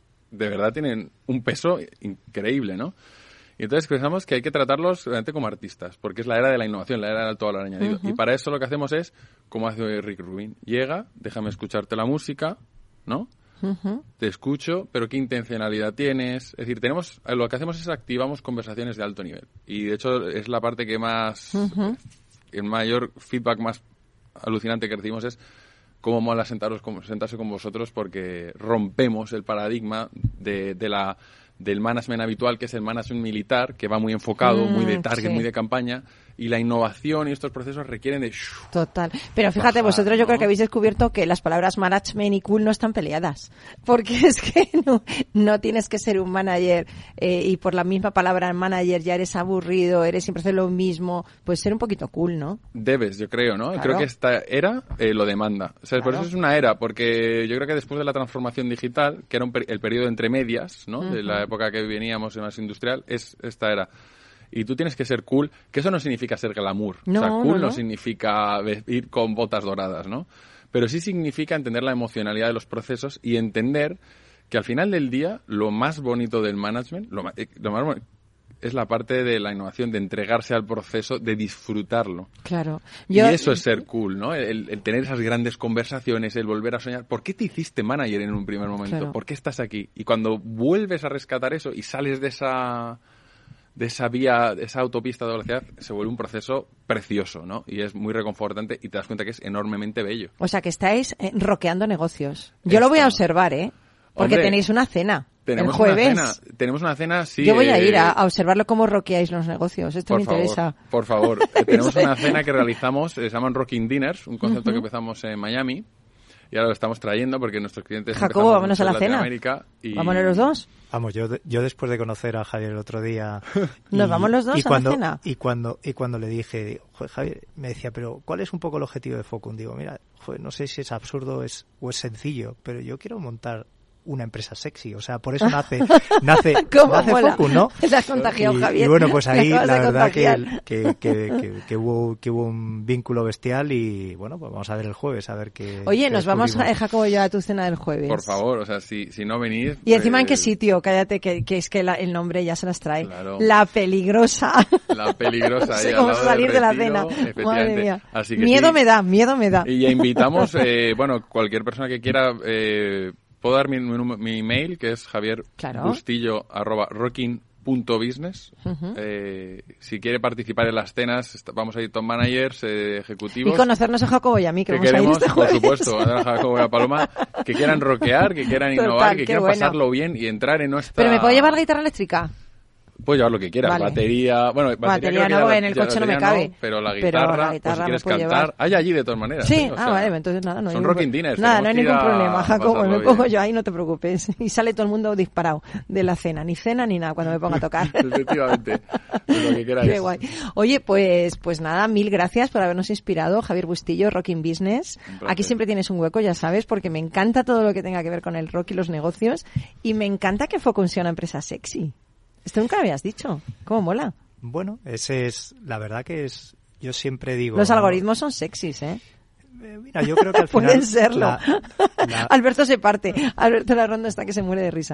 de verdad tienen un peso increíble, ¿no? Y entonces pensamos que hay que tratarlos realmente como artistas, porque es la era de la innovación, la era del alto valor añadido. Uh-huh. Y para eso lo que hacemos es, como hace Rick Rubin, llega, déjame escucharte la música, ¿no? Uh-huh. Te escucho, pero ¿qué intencionalidad tienes? Es decir, tenemos, lo que hacemos es activamos conversaciones de alto nivel. Y de hecho es la parte que más, uh-huh. el mayor feedback más alucinante que recibimos es cómo mola sentaros, sentarse con vosotros, porque rompemos el paradigma de, de la... del management habitual, que es el management militar, que va muy enfocado, mm, muy de target, sí. muy de campaña, y la innovación y estos procesos requieren de... Total. Pero fíjate, bajar, vosotros yo ¿no? creo que habéis descubierto que las palabras management y cool no están peleadas, porque es que no, no tienes que ser un manager eh, y por la misma palabra manager ya eres aburrido, eres siempre hacer lo mismo, pues ser un poquito cool, ¿no? Debes, yo creo, ¿no? Claro. Creo que esta era eh, lo demanda. O sea, claro. Por eso es una era, porque yo creo que después de la transformación digital, que era un per- el periodo entre medias, ¿no? Uh-huh. De la época que veníamos más industrial, es esta era. Y tú tienes que ser cool, que eso no significa ser glamour. No, o sea, cool no, no. no significa ir con botas doradas, ¿no? Pero sí significa entender la emocionalidad de los procesos y entender que al final del día lo más bonito del management, lo más, lo más bonito, es la parte de la innovación, de entregarse al proceso, de disfrutarlo. Claro. Yo... Y eso es ser cool, ¿no? El, el tener esas grandes conversaciones, el volver a soñar. ¿Por qué te hiciste manager en un primer momento? Claro. ¿Por qué estás aquí? Y cuando vuelves a rescatar eso y sales de esa de esa vía, de esa autopista de velocidad, se vuelve un proceso precioso, ¿no? Y es muy reconfortante y te das cuenta que es enormemente bello. O sea, que estáis eh, rockeando negocios. Yo Esto. lo voy a observar, ¿eh? Porque Hombre, tenéis una cena. Tenemos el jueves. Una cena, tenemos una cena, sí. Yo voy a ir eh, a, a observarlo cómo rockeáis los negocios. Esto por me favor, interesa. Por favor, eh, tenemos una cena que realizamos, eh, se llaman Rocking Dinners, un concepto uh-huh. que empezamos en Miami. Y ahora lo estamos trayendo porque nuestros clientes... Jacobo, vámonos a la cena. Y... ¿Vámonos los dos? Vamos, yo, yo después de conocer a Javier el otro día... ¿Nos y, vamos los dos y a cuando, la cena? Y cuando, y cuando le dije, digo, joder, Javier, me decía, pero ¿cuál es un poco el objetivo de Focum? Digo, mira, joder, no sé si es absurdo es, o es sencillo, pero yo quiero montar una empresa sexy, o sea, por eso nace nace, nace Focum, ¿no? Te has contagiado, y, Javier. Y bueno, pues ahí la verdad que, que, que, que, que, hubo, que hubo un vínculo bestial y bueno, pues vamos a ver el jueves, a ver qué... Oye, qué nos vamos a Jacobo y yo a tu cena del jueves. Por favor, o sea, si, si no venís... Y encima, eh... ¿en qué sitio? Cállate, que, que es que la, el nombre ya se las trae. Claro. La Peligrosa. La Peligrosa. No sé cómo salir de la cena. Madre mía. Así que miedo sí. me da, miedo me da. Y ya invitamos, eh, bueno, cualquier persona que quiera... Eh, puedo dar mi, mi, mi email, que es javier bustillo arroba rocking punto business. Uh-huh. Eh, si quiere participar en las cenas, vamos a ir top managers, eh, ejecutivos. Y conocernos a Jacobo y a mí, que, que vamos queremos, a ir este por supuesto, a Jacobo y a Paloma, que quieran rockear, que quieran Total, innovar, que quieran bueno. pasarlo bien y entrar en nuestra... ¿Pero me puedo llevar la guitarra eléctrica? Puedes llevar lo que quieras, vale. batería... Bueno, batería, batería no, la, en el coche no me cabe. No, pero la pero guitarra, la guitarra pues si quieres me cantar, llevar. hay allí de todas maneras. Sí, ¿eh? O ah, sea, vale, entonces nada, no hay son ningún, rocking dinners. nada, no hay ningún problema, Jacobo, me pongo bien. yo ahí, no te preocupes. Y sale todo el mundo disparado de la cena, ni cena ni nada cuando me ponga a tocar. Efectivamente, lo que queráis. Qué guay. Oye, pues pues nada, mil gracias por habernos inspirado, Javier Bustillo, Rocking Business. Aquí siempre tienes un hueco, ya sabes, porque me encanta todo lo que tenga que ver con el rock y los negocios y me encanta que Focum sea una empresa sexy. Esto nunca lo habías dicho. ¿Cómo mola? Bueno, ese es, la verdad que es, yo siempre digo... Los ¿no? algoritmos son sexys, ¿eh? eh mira, yo creo que al final... Pueden serlo. La, la... Alberto se parte. Alberto La Ronda está que se muere de risa.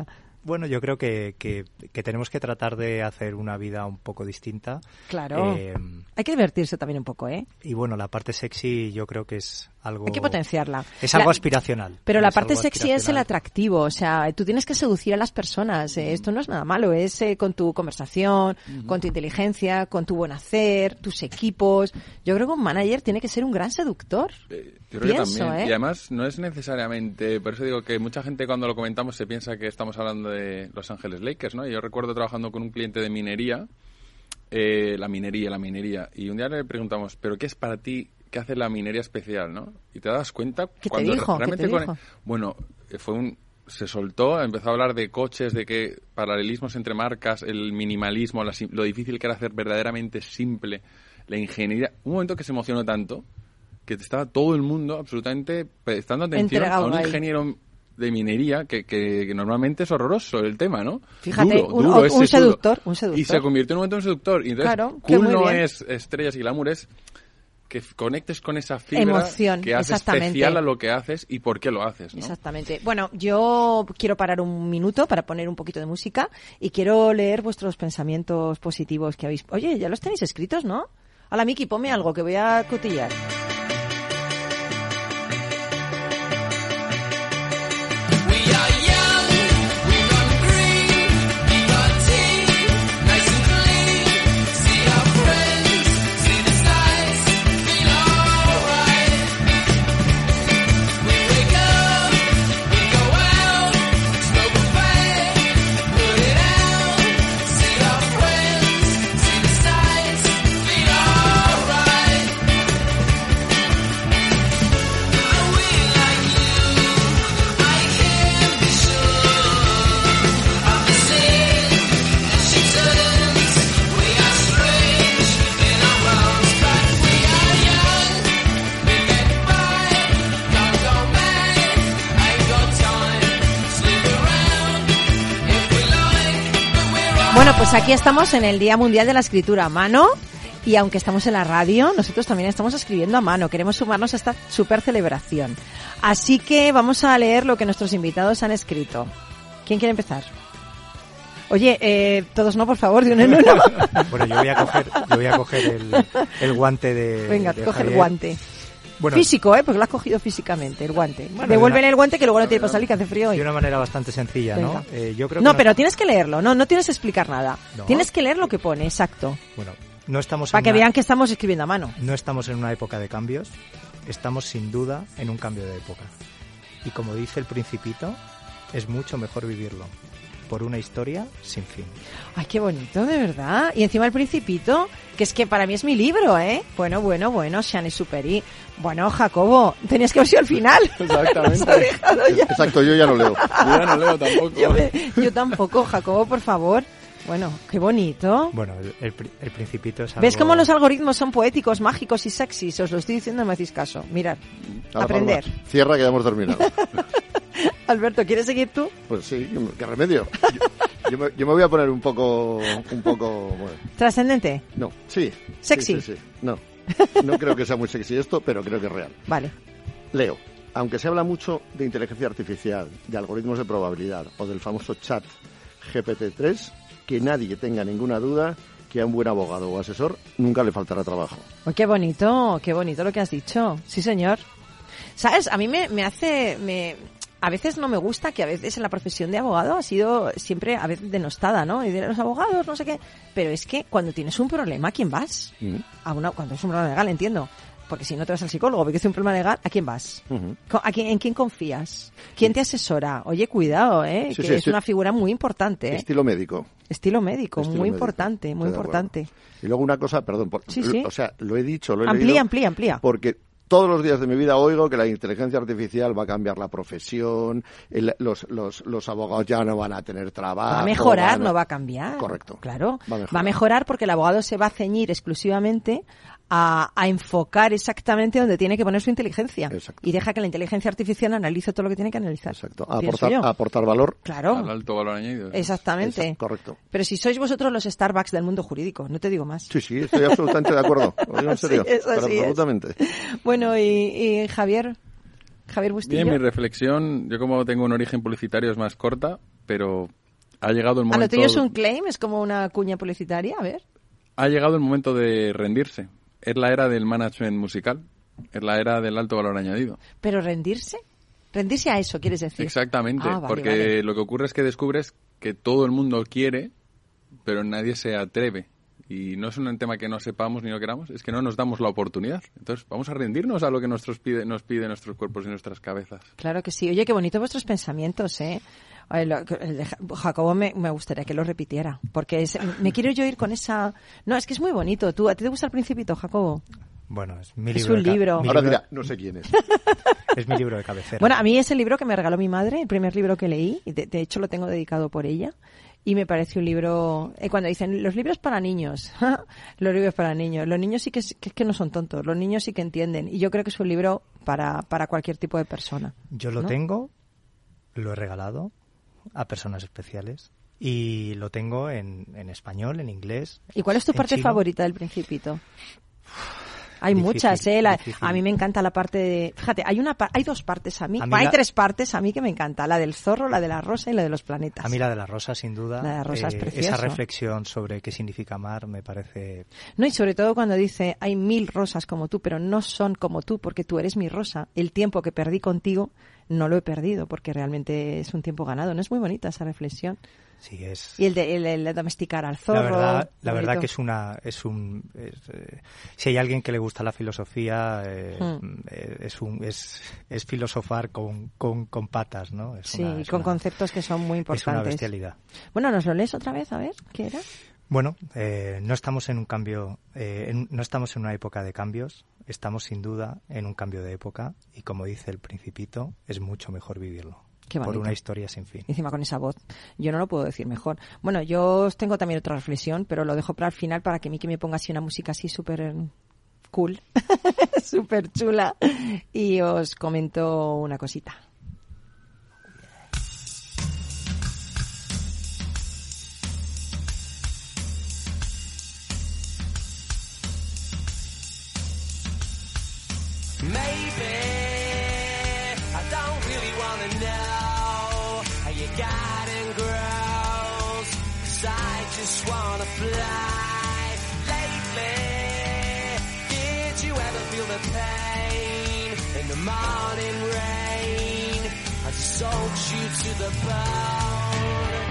Bueno, yo creo que, que, que tenemos que tratar de hacer una vida un poco distinta. Claro. Eh, Hay que divertirse también un poco, ¿eh? Y bueno, la parte sexy yo creo que es algo... Hay que potenciarla. Es algo La- aspiracional. Pero la Es parte algo sexy es el aspiracional. atractivo, o sea, tú tienes que seducir a las personas. eh, Esto no es nada malo, es eh, con tu conversación, con tu inteligencia, con tu buen hacer, tus equipos. Yo creo que un manager tiene que ser un gran seductor. Eh, Yo creo Pienso, que también. ¿eh? Y además no es necesariamente, por eso digo que mucha gente cuando lo comentamos se piensa que estamos hablando de Los Ángeles Lakers, ¿no? Yo recuerdo trabajando con un cliente de minería, eh, la minería, la minería, y un día le preguntamos, ¿pero qué es para ti, qué hace la minería especial, no? Y te das cuenta ¿Qué te cuando dijo? ¿Qué realmente te con- dijo? bueno, eh, fue un se soltó, empezó a hablar de coches, de que paralelismos entre marcas, el minimalismo, la sim- lo difícil que era hacer verdaderamente simple, la ingeniería. Un momento que se emocionó tanto que estaba todo el mundo absolutamente prestando atención Entregado a un ahí. ingeniero de minería que, que, que normalmente es horroroso el tema, ¿no? Fíjate, Duro, un- duro, un es sesudo. seductor, un seductor. Y se convirtió en un momento en un seductor. Y entonces, Claro, que cool muy no bien. es estrellas y glamour, es que f- conectes con esa fibra Emoción, que hace exactamente. especial a lo que haces y por qué lo haces, ¿no? Exactamente. Bueno, yo quiero parar un minuto para poner un poquito de música y quiero leer vuestros pensamientos positivos que habéis... Oye, ya los tenéis escritos, ¿no? Hola, Miki, ponme algo que voy a cotillar. Bueno, pues aquí estamos en el Día Mundial de la Escritura a Mano y aunque estamos en la radio, nosotros también estamos escribiendo a mano. Queremos sumarnos a esta super celebración. Así que vamos a leer lo que nuestros invitados han escrito. ¿Quién quiere empezar? Oye, eh, todos no, por favor, de uno en uno. Bueno, yo voy a coger, yo voy a coger el, el guante de Venga, de coge el Javier. guante. Bueno, Físico, ¿eh? Porque lo has cogido físicamente, el guante. Bueno, Devuélvele de una- el guante que luego no tiene para salir, que hace frío hoy. de una manera bastante sencilla, Venga. ¿no? Eh, yo creo que No, pero tienes que leerlo, no, no tienes que explicar nada. No. Tienes que leer lo que pone, exacto. Bueno, no estamos Para en que una- vean que estamos escribiendo a mano. no estamos en una época de cambios, estamos sin duda en un cambio de época. Y como dice el Principito, es mucho mejor vivirlo por una historia sin fin. Ay, qué bonito, de verdad. Y encima el Principito, que es que para mí es mi libro, ¿eh? Bueno, bueno, bueno, Shani Superi. Bueno, Jacobo, tenías que haber sido al final. Exactamente. Nos ha dejado ya. Exacto, yo ya no leo. Yo ya no leo tampoco. Yo, me- yo tampoco, Jacobo, por favor. Bueno, qué bonito. Bueno, el, el pri- el Principito es algo... ¿Ves cómo los algoritmos son poéticos, mágicos y sexys? Os lo estoy diciendo, no me hacéis caso. Mirad, A la aprender. palma. Cierra que ya hemos terminado. Alberto, ¿quieres seguir tú? Pues sí, qué remedio. Yo, yo me, yo me voy a poner un poco, un poco, bueno, Trascendente. no, sí. Sexy. Sí, sí, sí. No, no creo que sea muy sexy esto, pero creo que es real. Vale. Leo, aunque se habla mucho de inteligencia artificial, de algoritmos de probabilidad o del famoso chat G P T tres, que nadie tenga ninguna duda que a un buen abogado o asesor nunca le faltará trabajo. Oh, qué bonito, qué bonito lo que has dicho. Sí, señor. ¿Sabes? A mí me, me hace... Me, a veces no me gusta que a veces en la profesión de abogado ha sido siempre a veces denostada, ¿no? Y de los abogados, no sé qué. Pero es que cuando tienes un problema, ¿a quién vas? Mm. A una, cuando es un problema legal, entiendo. Porque si no te vas al psicólogo, porque es un problema legal, ¿a quién vas? Ujú. Co- ¿A quién, ¿En quién confías? ¿Quién te asesora? Oye, cuidado, ¿eh? Sí, que sí, es esti- una figura muy importante, ¿eh? Estilo médico. Estilo médico, Estilo muy médico. importante, muy Estoy de acuerdo. importante. Y luego una cosa, perdón, por- Sí, sí. o sea, lo he dicho, lo he Amplía, leído, amplía, amplía. porque todos los días de mi vida oigo que la inteligencia artificial va a cambiar la profesión, el- los, los, los abogados ya no van a tener trabajo. Va a mejorar, van a- no va a cambiar. Correcto. Claro. Va a mejorar. Va a mejorar porque el abogado se va a ceñir exclusivamente a, a enfocar exactamente donde tiene que poner su inteligencia. Exacto. Y deja que la inteligencia artificial analice todo lo que tiene que analizar. Exacto. A Pienso aportar, yo. a aportar valor. Claro. Al alto valor añadido. Exactamente. Exacto, correcto. Pero si sois vosotros los Starbucks del mundo jurídico, no te digo más. Sí, sí, estoy absolutamente de acuerdo. Lo digo en Sí, serio. es así pero es. absolutamente. Bueno, y, y Javier, Javier Bustillo. Bien, mi reflexión, yo como tengo un origen publicitario es más corta, pero Ha llegado el momento... ¿A lo tuyo es un claim? ¿Es como una cuña publicitaria? A ver. Ha llegado el momento de rendirse. Es la era del management musical. Es la era del alto valor añadido. ¿Pero rendirse? Rendirse a eso, quieres decir. Exactamente, ah, vale, porque vale. lo que ocurre es que descubres que todo el mundo quiere, pero nadie se atreve. Y no es un tema que no sepamos ni no queramos, es que no nos damos la oportunidad. Entonces, vamos a rendirnos a lo que nuestros pide, nos pide nuestros cuerpos y nuestras cabezas. Claro que sí. Oye, qué bonitos vuestros pensamientos, ¿eh? El de Jacobo me, me gustaría que lo repitiera, porque es, me quiero yo ir con esa... No, es que es muy bonito. ¿Tú, ¿A ti te gusta El Principito, Jacobo? Bueno, es mi es libro. un libro. Ahora mira, no sé quién es. Es mi libro de cabecera. Bueno, a mí es el libro que me regaló mi madre, el primer libro que leí, y de, de hecho lo tengo dedicado por ella. Y me parece un libro... Eh, cuando dicen, los libros para niños, los libros para niños, los niños sí que, que, que no son tontos, los niños sí que entienden. Y yo creo que es un libro para, para cualquier tipo de persona. Yo lo ¿no? tengo, lo he regalado a personas especiales y lo tengo en, en español, en inglés. ¿Y cuál es tu parte chino. favorita del Principito? Hay Difícil, muchas, ¿eh? La, difícil. a mí me encanta la parte de... Fíjate, hay una pa- hay dos partes a mí. A mí hay la- tres partes a mí que me encanta. La del zorro, la de la rosa y la de los planetas. A mí la de la rosa, sin duda. La de la rosa es eh, precioso. Esa reflexión sobre qué significa amar me parece... No, y sobre todo cuando dice, hay mil rosas como tú, pero no son como tú, porque tú eres mi rosa. El tiempo que perdí contigo no lo he perdido, porque realmente es un tiempo ganado. ¿No es muy bonita esa reflexión? Sí, es... Y el de, el, el de domesticar al zorro. La verdad, la bonito. verdad que es una... es un es, eh, Si hay alguien que le gusta la filosofía, eh, Hmm. eh, es, un, es, es filosofar con, con, con patas, ¿no? Es Sí, una- es con una- conceptos que son muy Es una importantes. bestialidad. Bueno, ¿nos lo lees otra vez? A ver, ¿qué era? Bueno, eh, no estamos en un cambio, eh, en- no estamos en una época de cambios, estamos sin duda en un cambio de época y como dice el Principito, es mucho mejor vivirlo. Qué por bonito. una historia sin fin. Encima con esa voz. Yo no lo puedo decir mejor. Bueno, yo os tengo también otra reflexión, pero lo dejo para el final para que Miki me ponga así una música así súper eh, cool, súper chula, y os comento una cosita. Maybe I don't really wanna know how you got and grows, 'cause I just wanna fly. Lately, did you ever feel the pain in the morning rain as it soaks you to the bone?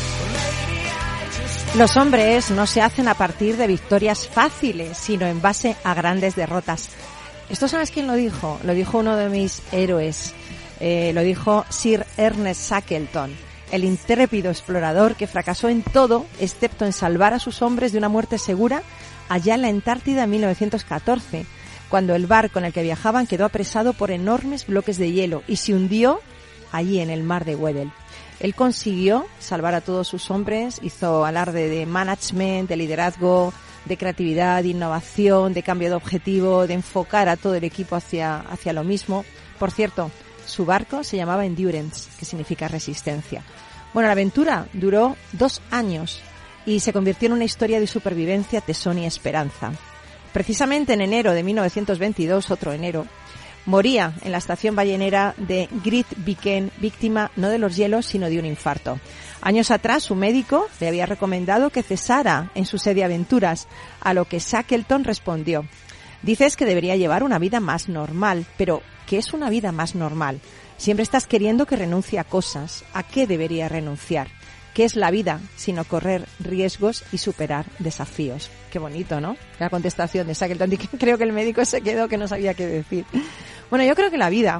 Maybe I just Los hombres no se hacen a partir de victorias fáciles, sino en base a grandes derrotas. ¿Esto sabes quién lo dijo? Lo dijo uno de mis héroes. Eh, lo dijo Sir Ernest Shackleton, el intrépido explorador que fracasó en todo excepto en salvar a sus hombres de una muerte segura allá en la Antártida en mil novecientos catorce, cuando el barco en el que viajaban quedó apresado por enormes bloques de hielo y se hundió allí en el mar de Weddell. Él consiguió salvar a todos sus hombres, hizo alarde de management, de liderazgo, de creatividad, de innovación, de cambio de objetivo, de enfocar a todo el equipo hacia, hacia lo mismo. Por cierto, su barco se llamaba Endurance, que significa resistencia. Bueno, la aventura duró dos años y se convirtió en una historia de supervivencia, tesón y esperanza. Precisamente en enero de mil novecientos veintidós, otro enero, moría en la estación ballenera de Great Beacon, víctima no de los hielos, sino de un infarto. Años atrás, su médico le había recomendado que cesara en su sed de aventuras, a lo que Shackleton respondió: dices que debería llevar una vida más normal, pero ¿qué es una vida más normal? Siempre estás queriendo que renuncie a cosas. ¿A qué debería renunciar? ¿Qué es la vida sino correr riesgos y superar desafíos? Qué bonito, ¿no? La contestación de Shackleton. Creo que el médico se quedó que no sabía qué decir. Bueno, yo creo que la vida,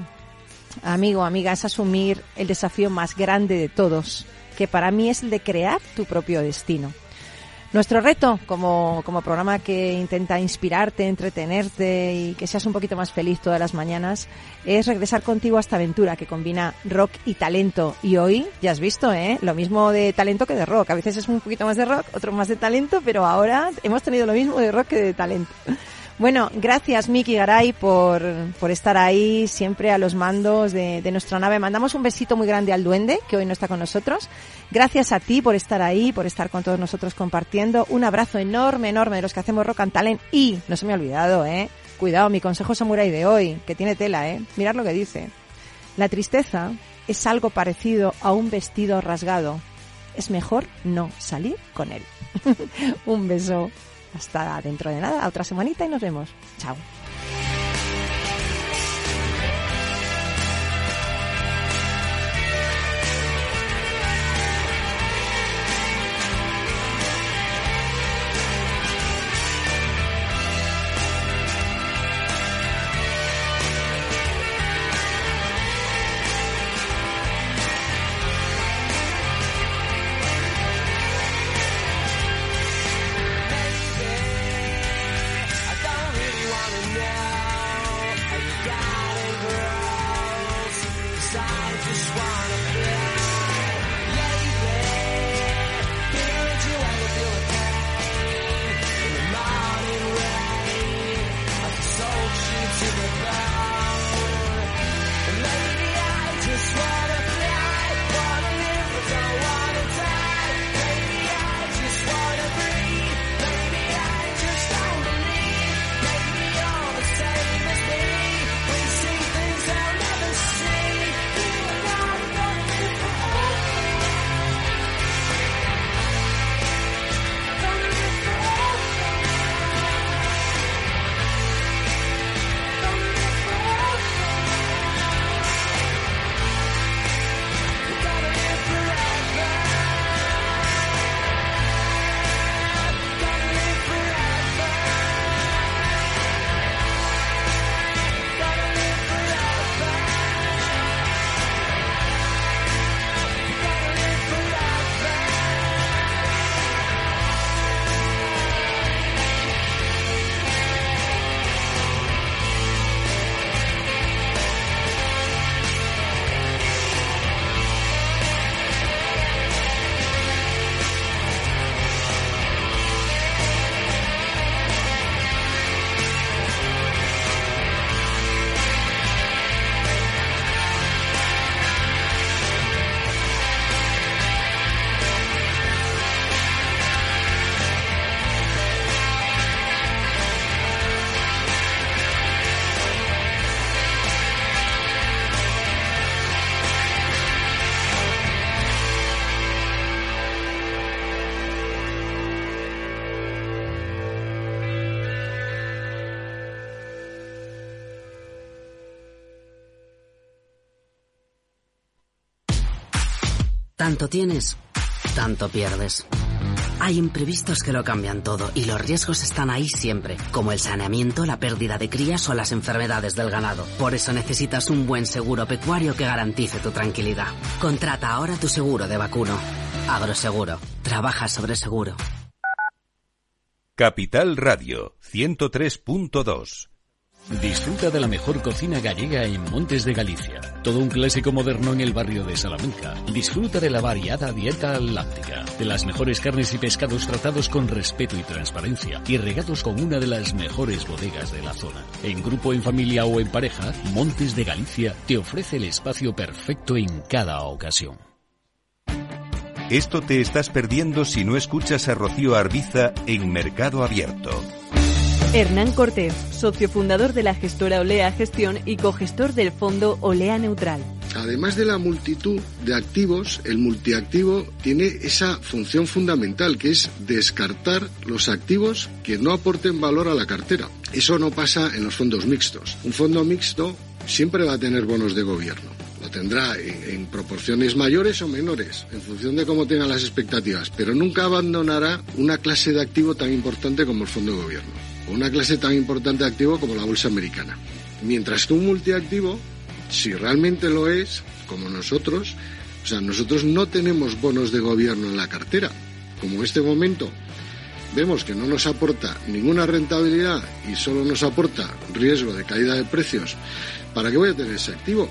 amigo, amiga, es asumir el desafío más grande de todos, que para mí es el de crear tu propio destino. Nuestro reto, como, como programa que intenta inspirarte, entretenerte y que seas un poquito más feliz todas las mañanas, es regresar contigo a esta aventura que combina rock y talento. Y hoy, ya has visto, ¿eh? Lo mismo de talento que de rock. A veces es un poquito más de rock, otro más de talento, pero ahora hemos tenido lo mismo de rock que de talento. Bueno, gracias Miki Garay por, por estar ahí siempre a los mandos de, de nuestra nave. Mandamos un besito muy grande al duende, que hoy no está con nosotros. Gracias a ti por estar ahí, por estar con todos nosotros compartiendo. Un abrazo enorme, enorme de los que hacemos Rock and Talent. Y, no se me ha olvidado, ¿eh? Cuidado, mi consejo samurái de hoy, que tiene tela, ¿eh? Mirad lo que dice. La tristeza es algo parecido a un vestido rasgado. es mejor no salir con él. Un beso. Hasta dentro de nada, otra semanita y nos vemos. Chao. Tanto tienes, tanto pierdes. Hay imprevistos que lo cambian todo y los riesgos están ahí siempre, como el saneamiento, la pérdida de crías o las enfermedades del ganado. Por eso necesitas un buen seguro pecuario que garantice tu tranquilidad. Contrata ahora tu seguro de vacuno. Agroseguro. Trabaja sobre seguro. Capital Radio, ciento tres punto dos. Disfruta de la mejor cocina gallega en Montes de Galicia. Todo un clásico moderno en el barrio de Salamanca. Disfruta de la variada dieta láctica, de las mejores carnes y pescados tratados con respeto y transparencia y regados con una de las mejores bodegas de la zona. En grupo, en familia o en pareja, Montes de Galicia te ofrece el espacio perfecto en cada ocasión. Esto te estás perdiendo si no escuchas a Rocío Arbiza en Mercado Abierto. Hernán Cortés, socio fundador de la gestora Olea Gestión y cogestor del fondo Olea Neutral. Además de la multitud de activos, el multiactivo tiene esa función fundamental, que es descartar los activos que no aporten valor a la cartera. Eso no pasa en los fondos mixtos. Un fondo mixto siempre va a tener bonos de gobierno. Lo tendrá en, en proporciones mayores o menores, en función de cómo tenga las expectativas, pero nunca abandonará una clase de activo tan importante como el fondo de gobierno, o una clase tan importante de activo como la bolsa americana. Mientras que un multiactivo, si realmente lo es, como nosotros, o sea, nosotros no tenemos bonos de gobierno en la cartera. Como en este momento vemos que no nos aporta ninguna rentabilidad y solo nos aporta riesgo de caída de precios, ¿para qué voy a tener ese activo?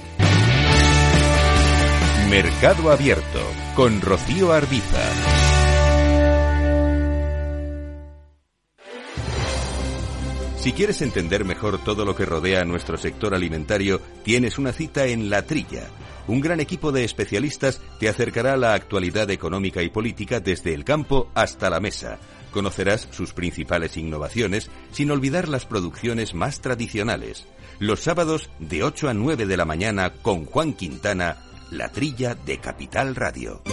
Mercado Abierto, con Rocío Arbiza. Si quieres entender mejor todo lo que rodea a nuestro sector alimentario, tienes una cita en La Trilla. Un gran equipo de especialistas te acercará a la actualidad económica y política desde el campo hasta la mesa. Conocerás sus principales innovaciones, sin olvidar las producciones más tradicionales. Los sábados de ocho a nueve de la mañana con Juan Quintana, La Trilla de Capital Radio.